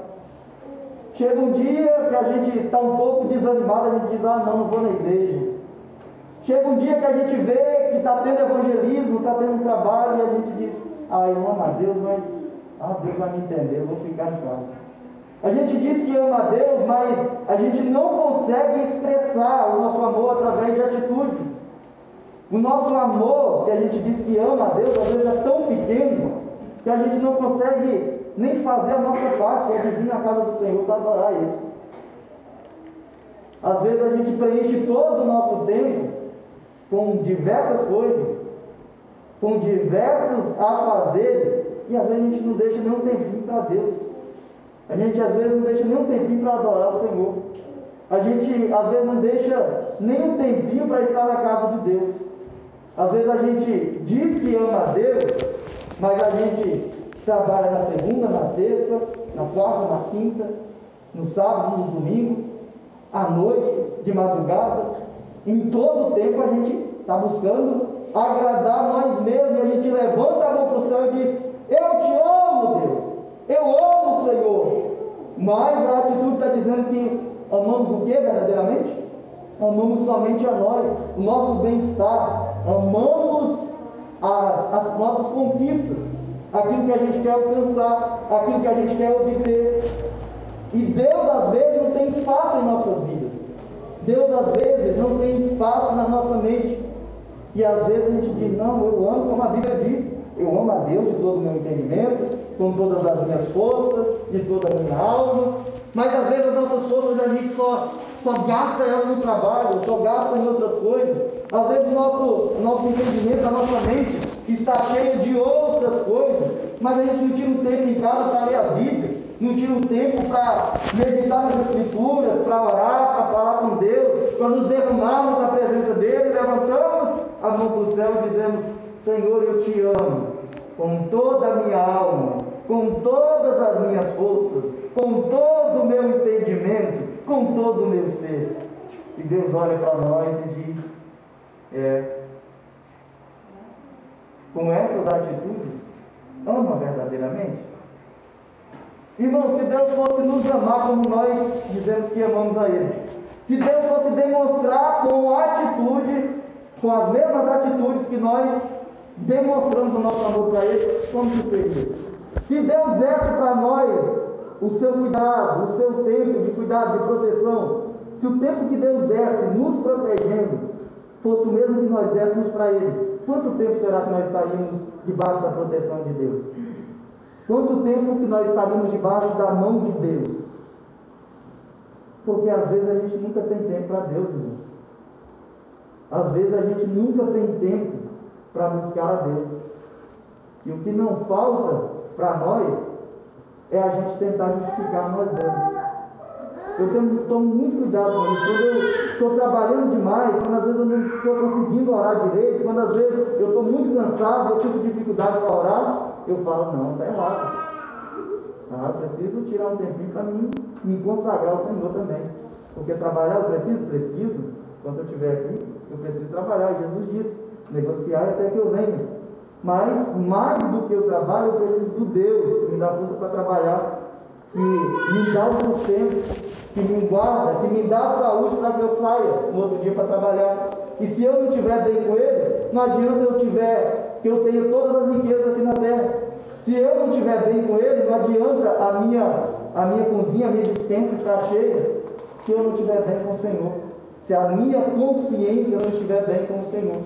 Chega um dia que a gente está um pouco desanimado, a gente diz: não vou na igreja. Chega um dia que a gente vê que está tendo evangelismo, está tendo trabalho, e a gente diz: eu amo a Deus, mas Deus vai me entender, eu vou ficar em casa. A gente diz que ama a Deus, mas a gente não consegue expressar o nosso amor através de atitudes. O nosso amor, que a gente diz que ama a Deus, às vezes é tão pequeno que a gente não consegue nem fazer a nossa parte, que é de vir na casa do Senhor para adorar Ele. Às vezes a gente preenche todo o nosso tempo com diversas coisas, com diversos afazeres, e às vezes a gente não deixa nem um tempinho para Deus. A gente às vezes não deixa nem um tempinho para adorar o Senhor. A gente às vezes não deixa nem um tempinho para estar na casa de Deus. Às vezes a gente diz que ama a Deus, mas a gente trabalha na segunda, na terça, na quarta, na quinta, no sábado, no domingo, à noite, de madrugada, em todo o tempo a gente está buscando agradar nós mesmos. A gente levanta a mão para o céu e diz: eu te amo, Deus, eu amo o Senhor. Mas a atitude está dizendo que amamos o que verdadeiramente? Amamos somente a nós, o nosso bem-estar, amamos as nossas conquistas, aquilo que a gente quer alcançar, aquilo que a gente quer obter. E Deus às vezes não tem espaço em nossas vidas. Deus às vezes não tem espaço na nossa mente. E às vezes a gente diz: não, eu amo, como a Bíblia diz, eu amo a Deus de todo o meu entendimento, com todas as minhas forças, de toda a minha alma. Mas às vezes as nossas forças a gente só gasta elas no trabalho, só gasta em outras coisas. Às vezes o nosso entendimento, a nossa mente está cheio de outras coisas, mas a gente não tira um tempo em casa para ler a Bíblia, não tira um tempo para meditar nas Escrituras, para orar, para falar com Deus, para nos derramarmos na presença dEle, levantamos a mão para o céu e dizemos: Senhor, eu te amo com toda a minha alma, com todas as minhas forças, com todo o meu entendimento, com todo o meu ser. E Deus olha para nós e diz: com essas atitudes, ama verdadeiramente? Irmão, se Deus fosse nos amar como nós dizemos que amamos a Ele, se Deus fosse demonstrar com atitude, com as mesmas atitudes que nós demonstramos o nosso amor para Ele, como que seria? Se Deus desse para nós o seu cuidado, o seu tempo de cuidado, de proteção, se o tempo que Deus desse nos protegendo fosse o mesmo que nós dessemos para Ele, quanto tempo será que nós estaríamos debaixo da proteção de Deus? Quanto tempo que nós estaríamos debaixo da mão de Deus? Porque às vezes a gente nunca tem tempo para Deus, irmãos. Às vezes a gente nunca tem tempo para buscar a Deus. E o que não falta para nós é a gente tentar justificar nós mesmos. Eu tomo muito cuidado com isso. Quando eu estou trabalhando demais, quando às vezes eu não estou conseguindo orar direito, quando às vezes eu estou muito cansado, eu sinto dificuldade para orar, eu falo: não, está errado. Eu preciso tirar um tempinho para mim me consagrar ao Senhor também. Porque trabalhar eu preciso. Quando eu estiver aqui, eu preciso trabalhar. Jesus disse: negociar até que eu venha. Mas, mais do que o trabalho, eu preciso do Deus que me dá força para trabalhar, que me dá o sustento, que me guarda, que me dá saúde para que eu saia no outro dia para trabalhar. E se eu não estiver bem com Ele, não adianta que eu tenha todas as riquezas aqui na terra. Se eu não estiver bem com Ele, não adianta a minha cozinha, a minha despensa estar cheia, se eu não estiver bem com o Senhor. Se a minha consciência não estiver bem com o Senhor.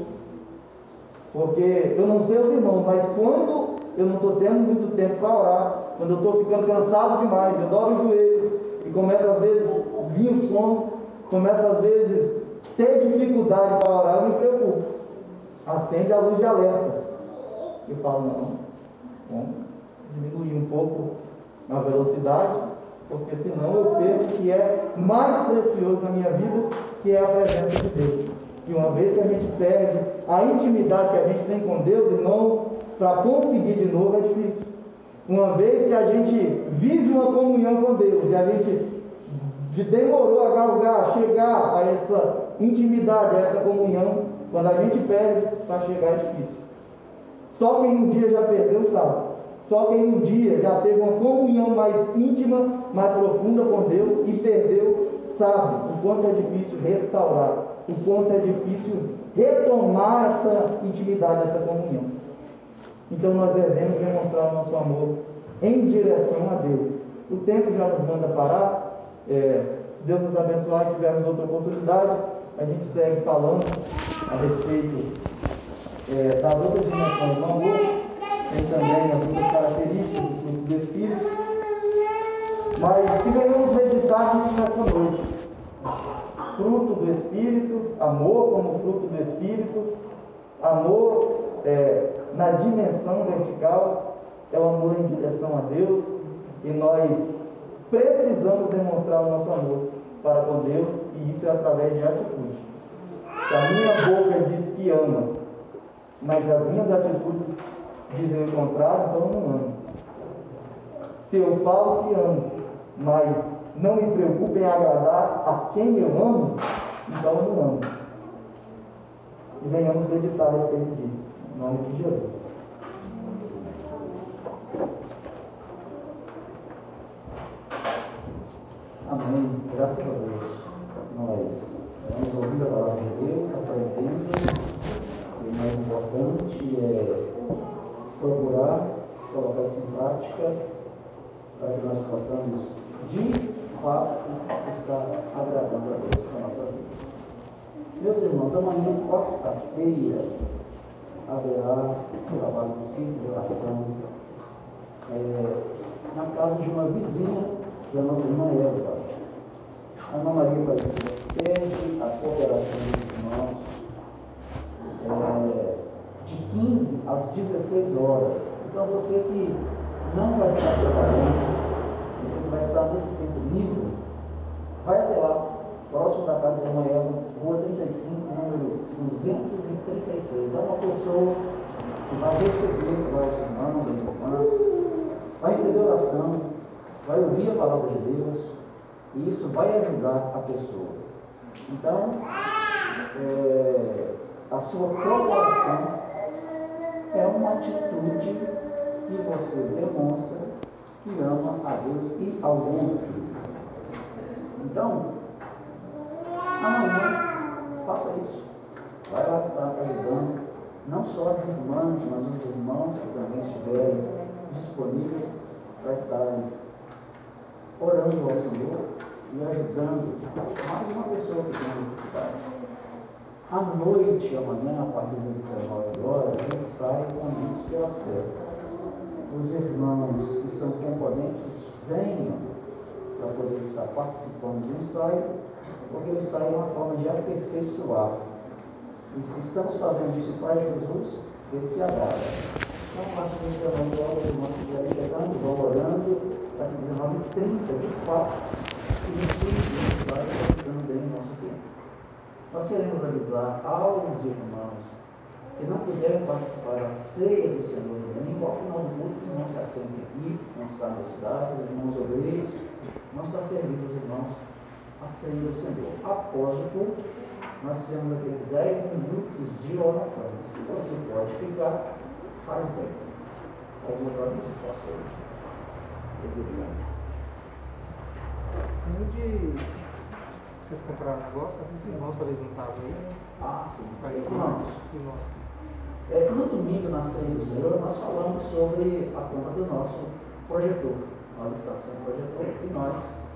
Porque eu não sei os irmãos, mas quando eu não estou tendo muito tempo para orar, quando eu estou ficando cansado demais, eu dobro os joelhos e começo às vezes a vir o sono, começo às vezes a ter dificuldade para orar, eu me preocupo. Acende a luz de alerta. Eu falo: não, vamos diminuir um pouco a velocidade, porque senão eu perco o que é mais precioso na minha vida, que é a presença de Deus. E uma vez que a gente perde a intimidade que a gente tem com Deus, irmãos, para conseguir de novo é difícil. Uma vez que a gente vive uma comunhão com Deus e a gente demorou a galgar, chegar a essa intimidade, a essa comunhão, quando a gente perde, para chegar é difícil. Só quem um dia já perdeu sabe. Só quem um dia já teve uma comunhão mais íntima, mais profunda com Deus e perdeu, sabe o quanto é difícil restaurar, o quanto é difícil retomar essa intimidade, essa comunhão. Então nós devemos demonstrar o nosso amor em direção a Deus. O tempo já nos manda parar. Se Deus nos abençoar e tivermos outra oportunidade, a gente segue falando a respeito das outras dimensões do amor. Tem também as outras características do fruto do Espírito. Mas que venhamos meditar nisso nessa noite. Fruto do Espírito, amor como fruto do Espírito, amor na dimensão vertical, é o amor em direção a Deus, e nós precisamos demonstrar o nosso amor para com Deus, e isso é através de atitude. Se a minha boca diz que ama, mas as minhas atitudes dizem o contrário, então eu não amo. Se eu falo que amo, mas não me preocupo em agradar a quem eu amo, então eu não amo. E venhamos meditar a respeito disso, em nome de Jesus. Amém. Graças a Deus. Nós vamos ouvir a palavra de Deus, aprendendo. E o mais importante é procurar colocar isso em prática para que nós possamos, de fato, estar agradando a Deus com a nossa vida. Meus irmãos, amanhã, quarta-feira, haverá um trabalho de ciclo de oração na casa de uma vizinha da nossa irmã Eva. A irmã Maria Aparecida pede a cooperação dos irmãos de 15 às 16 horas. Então você que não vai estar trabalhando, você que vai estar nesse tempo livre, vai até lá, próximo da casa da irmã Eva, Rua 35, número 236. É uma pessoa que vai receber lá os irmãos, as irmãs, vai receber oração, vai ouvir a palavra de Deus, e isso vai ajudar a pessoa. Então, a sua cooperação é uma atitude que você demonstra que ama a Deus e ao outro. Então, amanhã, faça isso. Vai lá estar ajudando, não só as irmãs, mas os irmãos que também estiverem disponíveis para estarem orando ao Senhor e ajudando mais uma pessoa que tem necessidade. À noite, amanhã, a partir das 19 horas, a gente sai com amigos pela fé. Os irmãos que são componentes venham para poder estar participando do ensaio, porque o ensaio é uma forma de aperfeiçoar. E se estamos fazendo isso para Jesus, ele se agrada. Então, a partir das 19 horas, os irmãos que estiverem chegando, vão orando, para que 19h30, de fato, inicie o ensaio, está ficando bem o nosso tempo. Nós queremos avisar aos irmãos que não puderam participar da ceia do Senhor no domingo. Ao final do culto, os irmãos se assentem aqui, não está na cidade, os irmãos obreiros, não está servindo os irmãos a ceia do Senhor. Após o culto, nós temos aqueles 10 minutos de oração. Se você pode ficar, faz bem. Alguma coisa que você possa hoje. Vocês compraram um negócio, os irmãos talvez não estavam aí. Ah, sim. Aí, Irmãos, nossa. no domingo, na ceia do Senhor, nós falamos sobre a compra do nosso projetor. Nós estamos sem projetor e nós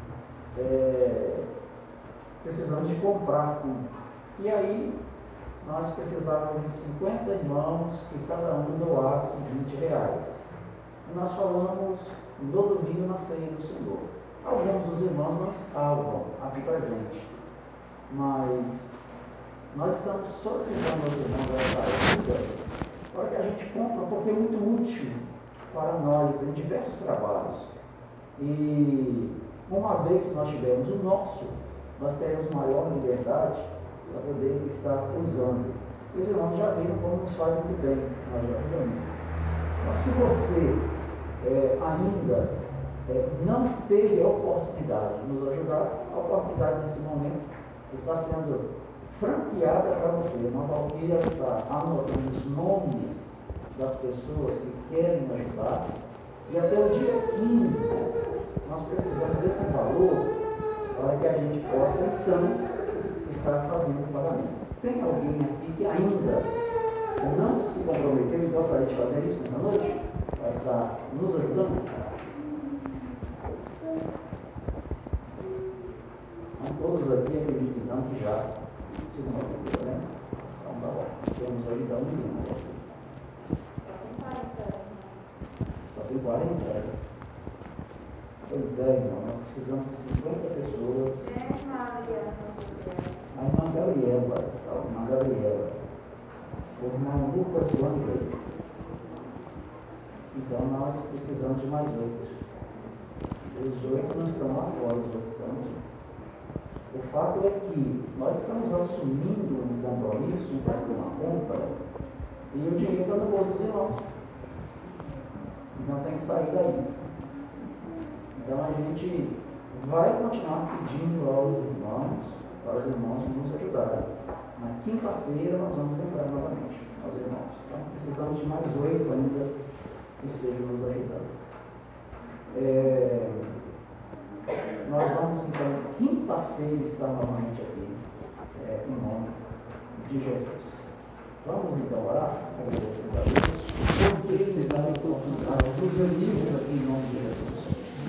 precisamos de comprar um. E aí, nós precisávamos de 50 irmãos que cada um doasse R$20. E nós falamos no domingo na ceia do Senhor. Alguns dos irmãos não estavam aqui presentes, mas nós estamos solicitando aos irmãos essa ajuda para que a gente compre, porque é muito útil para nós em diversos trabalhos. E uma vez que nós tivermos o nosso, nós teremos maior liberdade para poder estar usando. Os irmãos já viram como nos faz muito bem, nós já vimos. Mas se você ainda não teve a oportunidade de nos ajudar, a oportunidade nesse momento está sendo franqueada para você. A Valquíria está anotando os nomes das pessoas que querem ajudar, e até o dia 15 nós precisamos desse valor para que a gente possa então estar fazendo o pagamento. Tem alguém aqui que ainda não se comprometeu e gostaria de fazer isso nessa noite? Vai estar nos ajudando? Então, todos aqui acreditam que já se comprometeram, né? Então tá bom. Temos hoje então menino. Só tem 40. Pois é, irmão, nós precisamos de 50 pessoas. A irmã Gabriela, o irmão Lucas e o André. Então nós precisamos de mais 8. Os 8 não estão lá fora, os outros estão. O fato é que nós estamos assumindo um compromisso, um fazer uma compra, e o dinheiro está no bolso dos irmãos. Então tem que sair daí. Então a gente vai continuar pedindo aos irmãos, para os irmãos nos ajudarem. Na quinta-feira nós vamos lembrar novamente aos irmãos. Então precisamos de mais 8 ainda que estejam nos ajudando. Nós vamos então, quinta-feira, estar novamente aqui, em nome de Jesus. Vamos então orar, agradecendo a Deus por Ele nos dar a oportunidade de nos reunirmos aqui em nome de Jesus.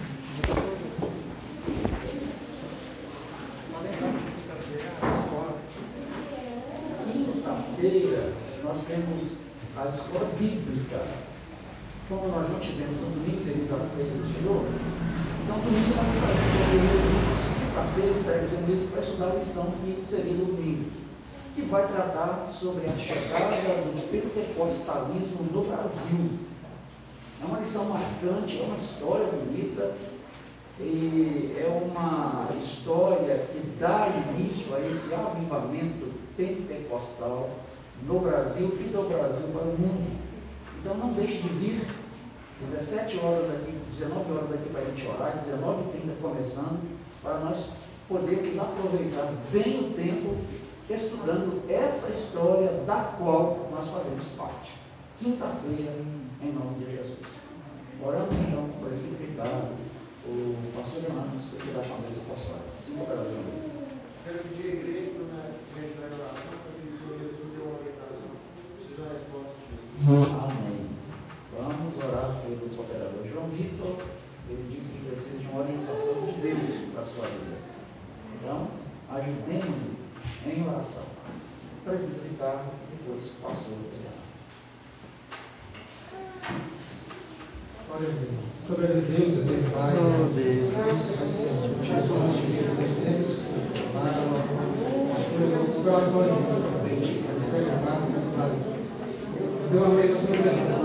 Quinta-feira nós temos a escola bíblica. Como nós não tivemos um domingo devido à ceia do Senhor, então domingo nós estaremos reunidos, quinta-feira estaremos reunidos para estudar a lição que seria no domingo, que vai tratar sobre a chegada do pentecostalismo no Brasil. É uma lição marcante, é uma história bonita, e é uma história que dá início a esse avivamento pentecostal no Brasil e do Brasil para o mundo. Então não deixe de vir, 17 horas aqui, 19 horas aqui para a gente orar, 19h30 começando, para nós podermos aproveitar bem o tempo estudando essa história da qual nós fazemos parte. Quinta-feira, em nome de Jesus. Oramos então com o presbítero Ricardo, o pastor Leonardo, que da família apostólica. Sim, para quero pedir à igreja, na frente da oração, para que o Senhor Jesus dê uma orientação. Preciso de uma resposta de Deus. Amém. Vamos orar pelo cooperador João Vitor. Ele disse que precisa de uma orientação de Deus para a sua vida. Então, ajudemos-lo em oração. Presbítero Ricardo, depois pastor Leonardo. Glória a Deus. Soberano Deus, Deus Pai. Jesus, te agradecemos pelos nossos corações, deu uma vez sobre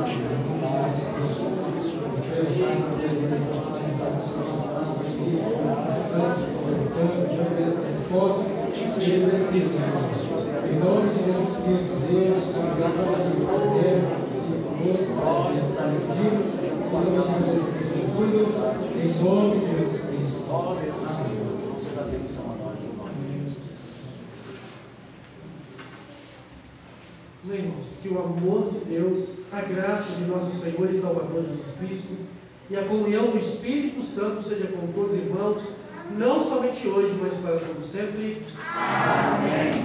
seja exercido, em nome de Jesus Cristo, Deus, graças a Deus, em nome de Jesus Cristo. Meus irmãos, que o amor de Deus, a graça de nosso Senhor e Salvador Jesus Cristo e a comunhão do Espírito Santo seja com todos os irmãos, não somente hoje, mas para todo sempre. Amém.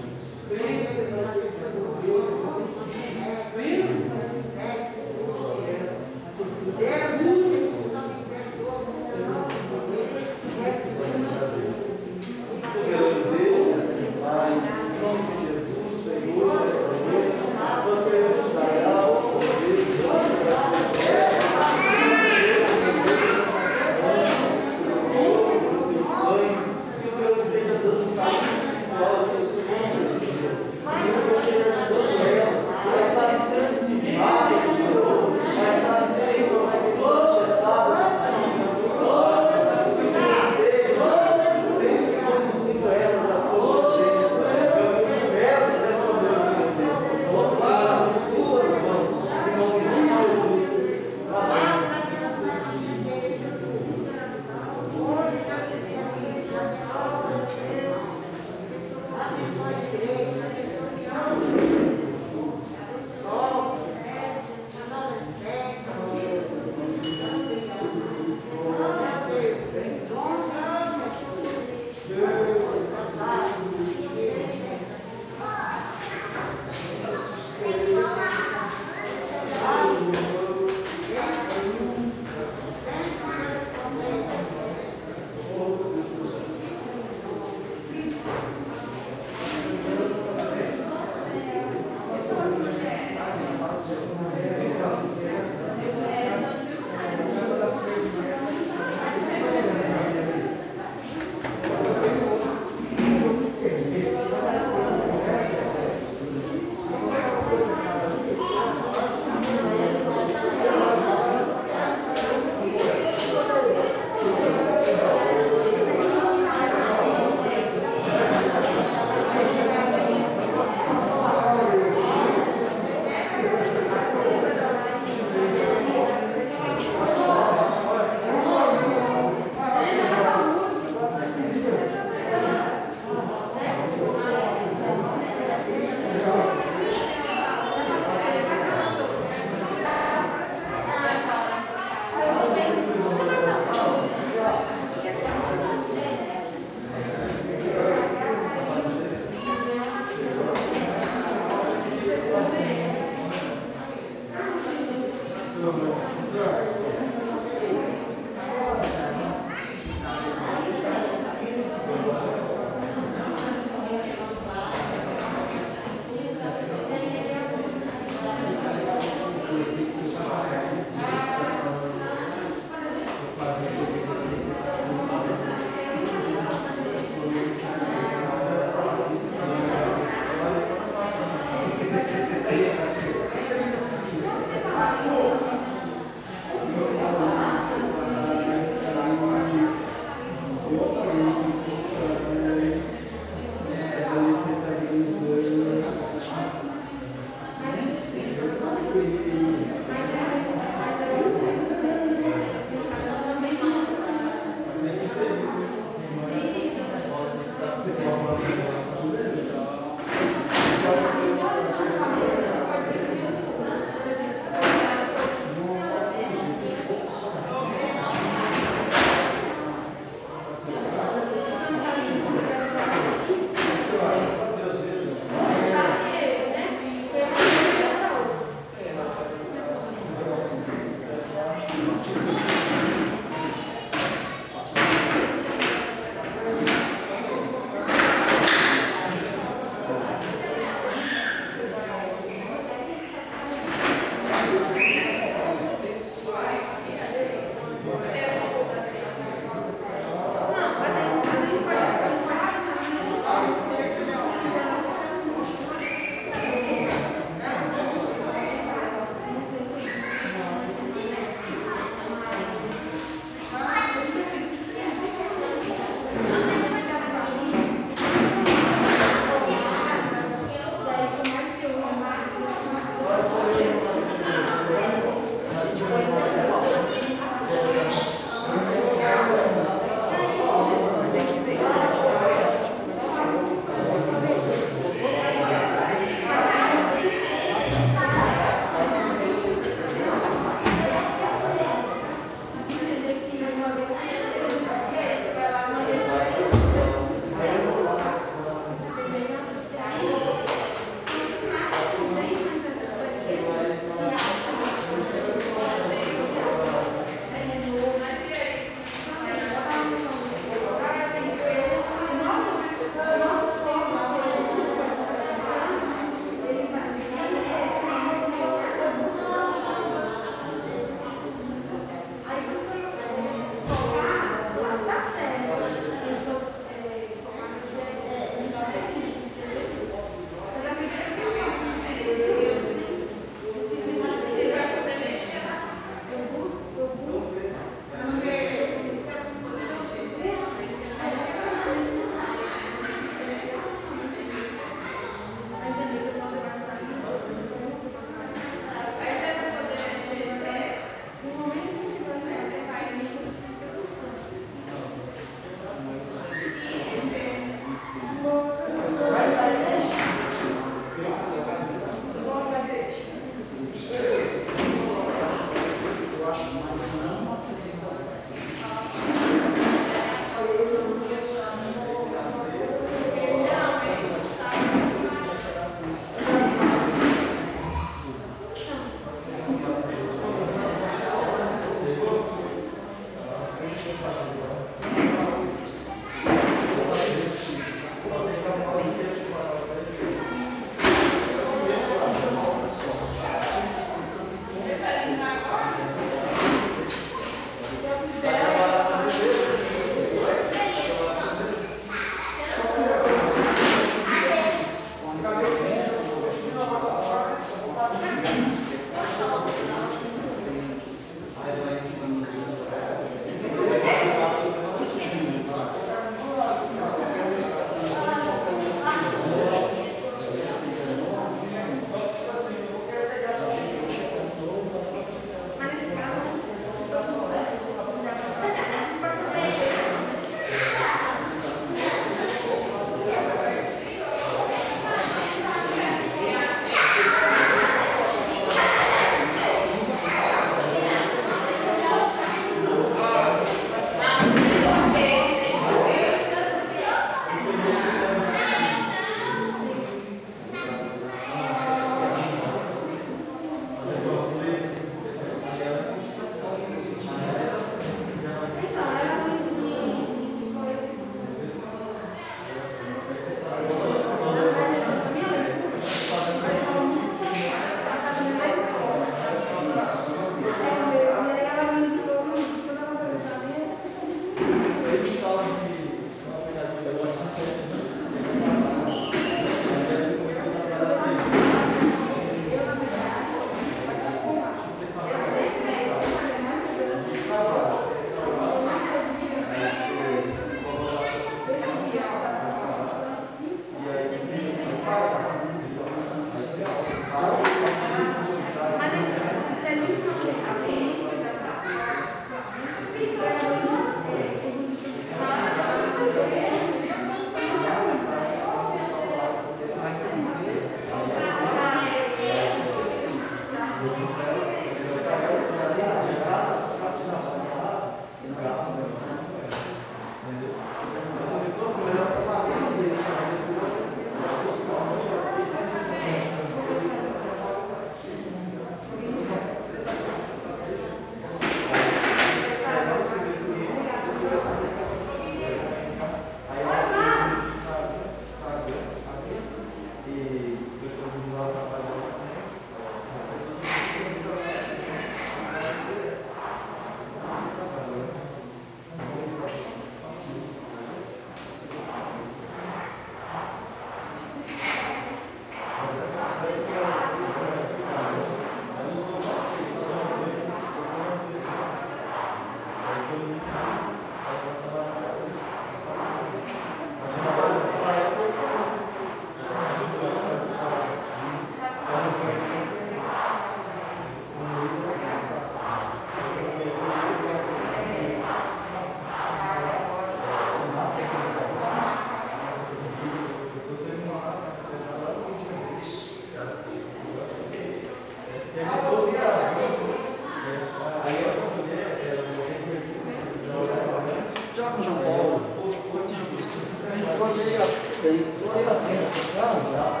São João Paulo. Quando ele atende a casa,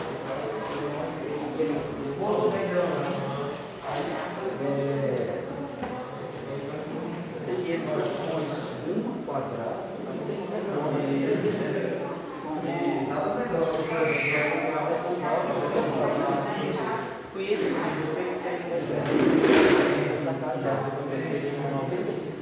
ele entra com um quadrado. Conheço Essa casa é 96.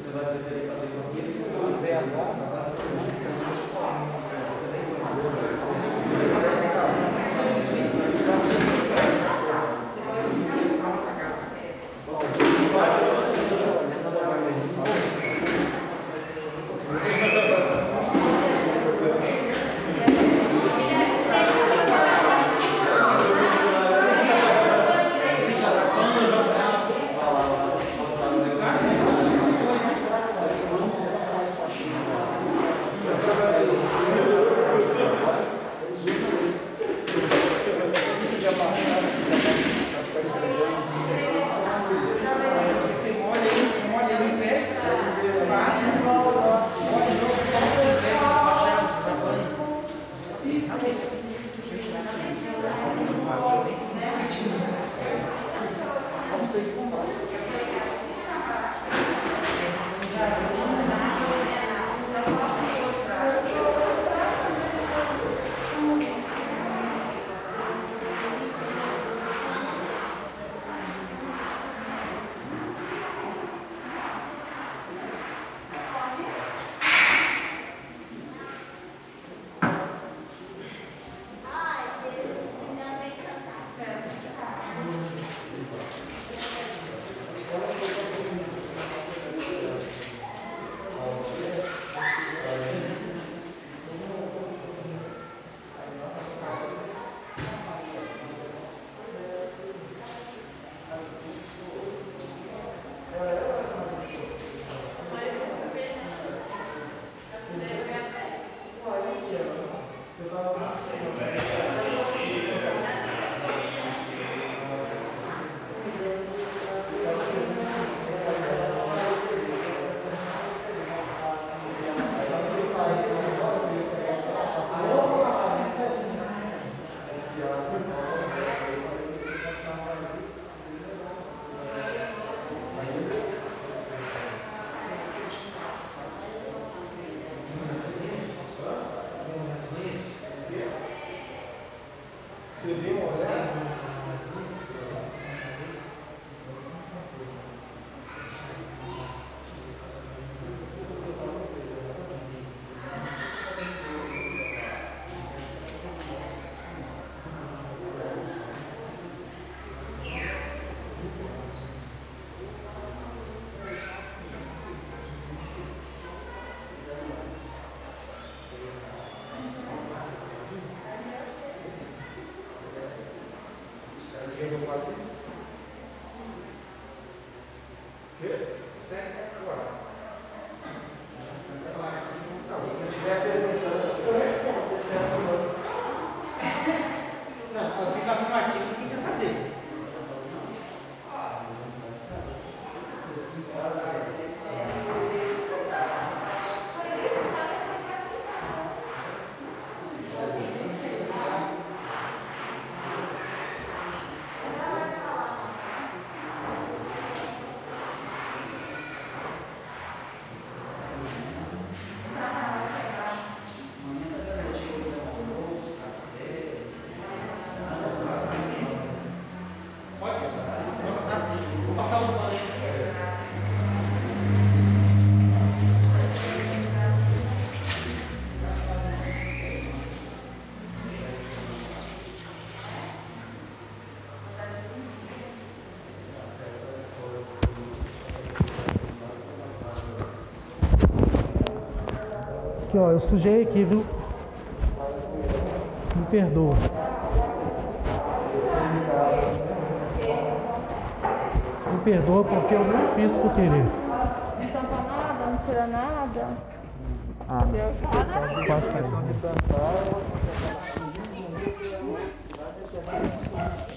Aqui, ó, eu sujei aqui, viu? Me perdoa. Me perdoa porque eu não fiz por querer. Não tampa nada, não tira nada. Ah, Entendeu? pode fazer.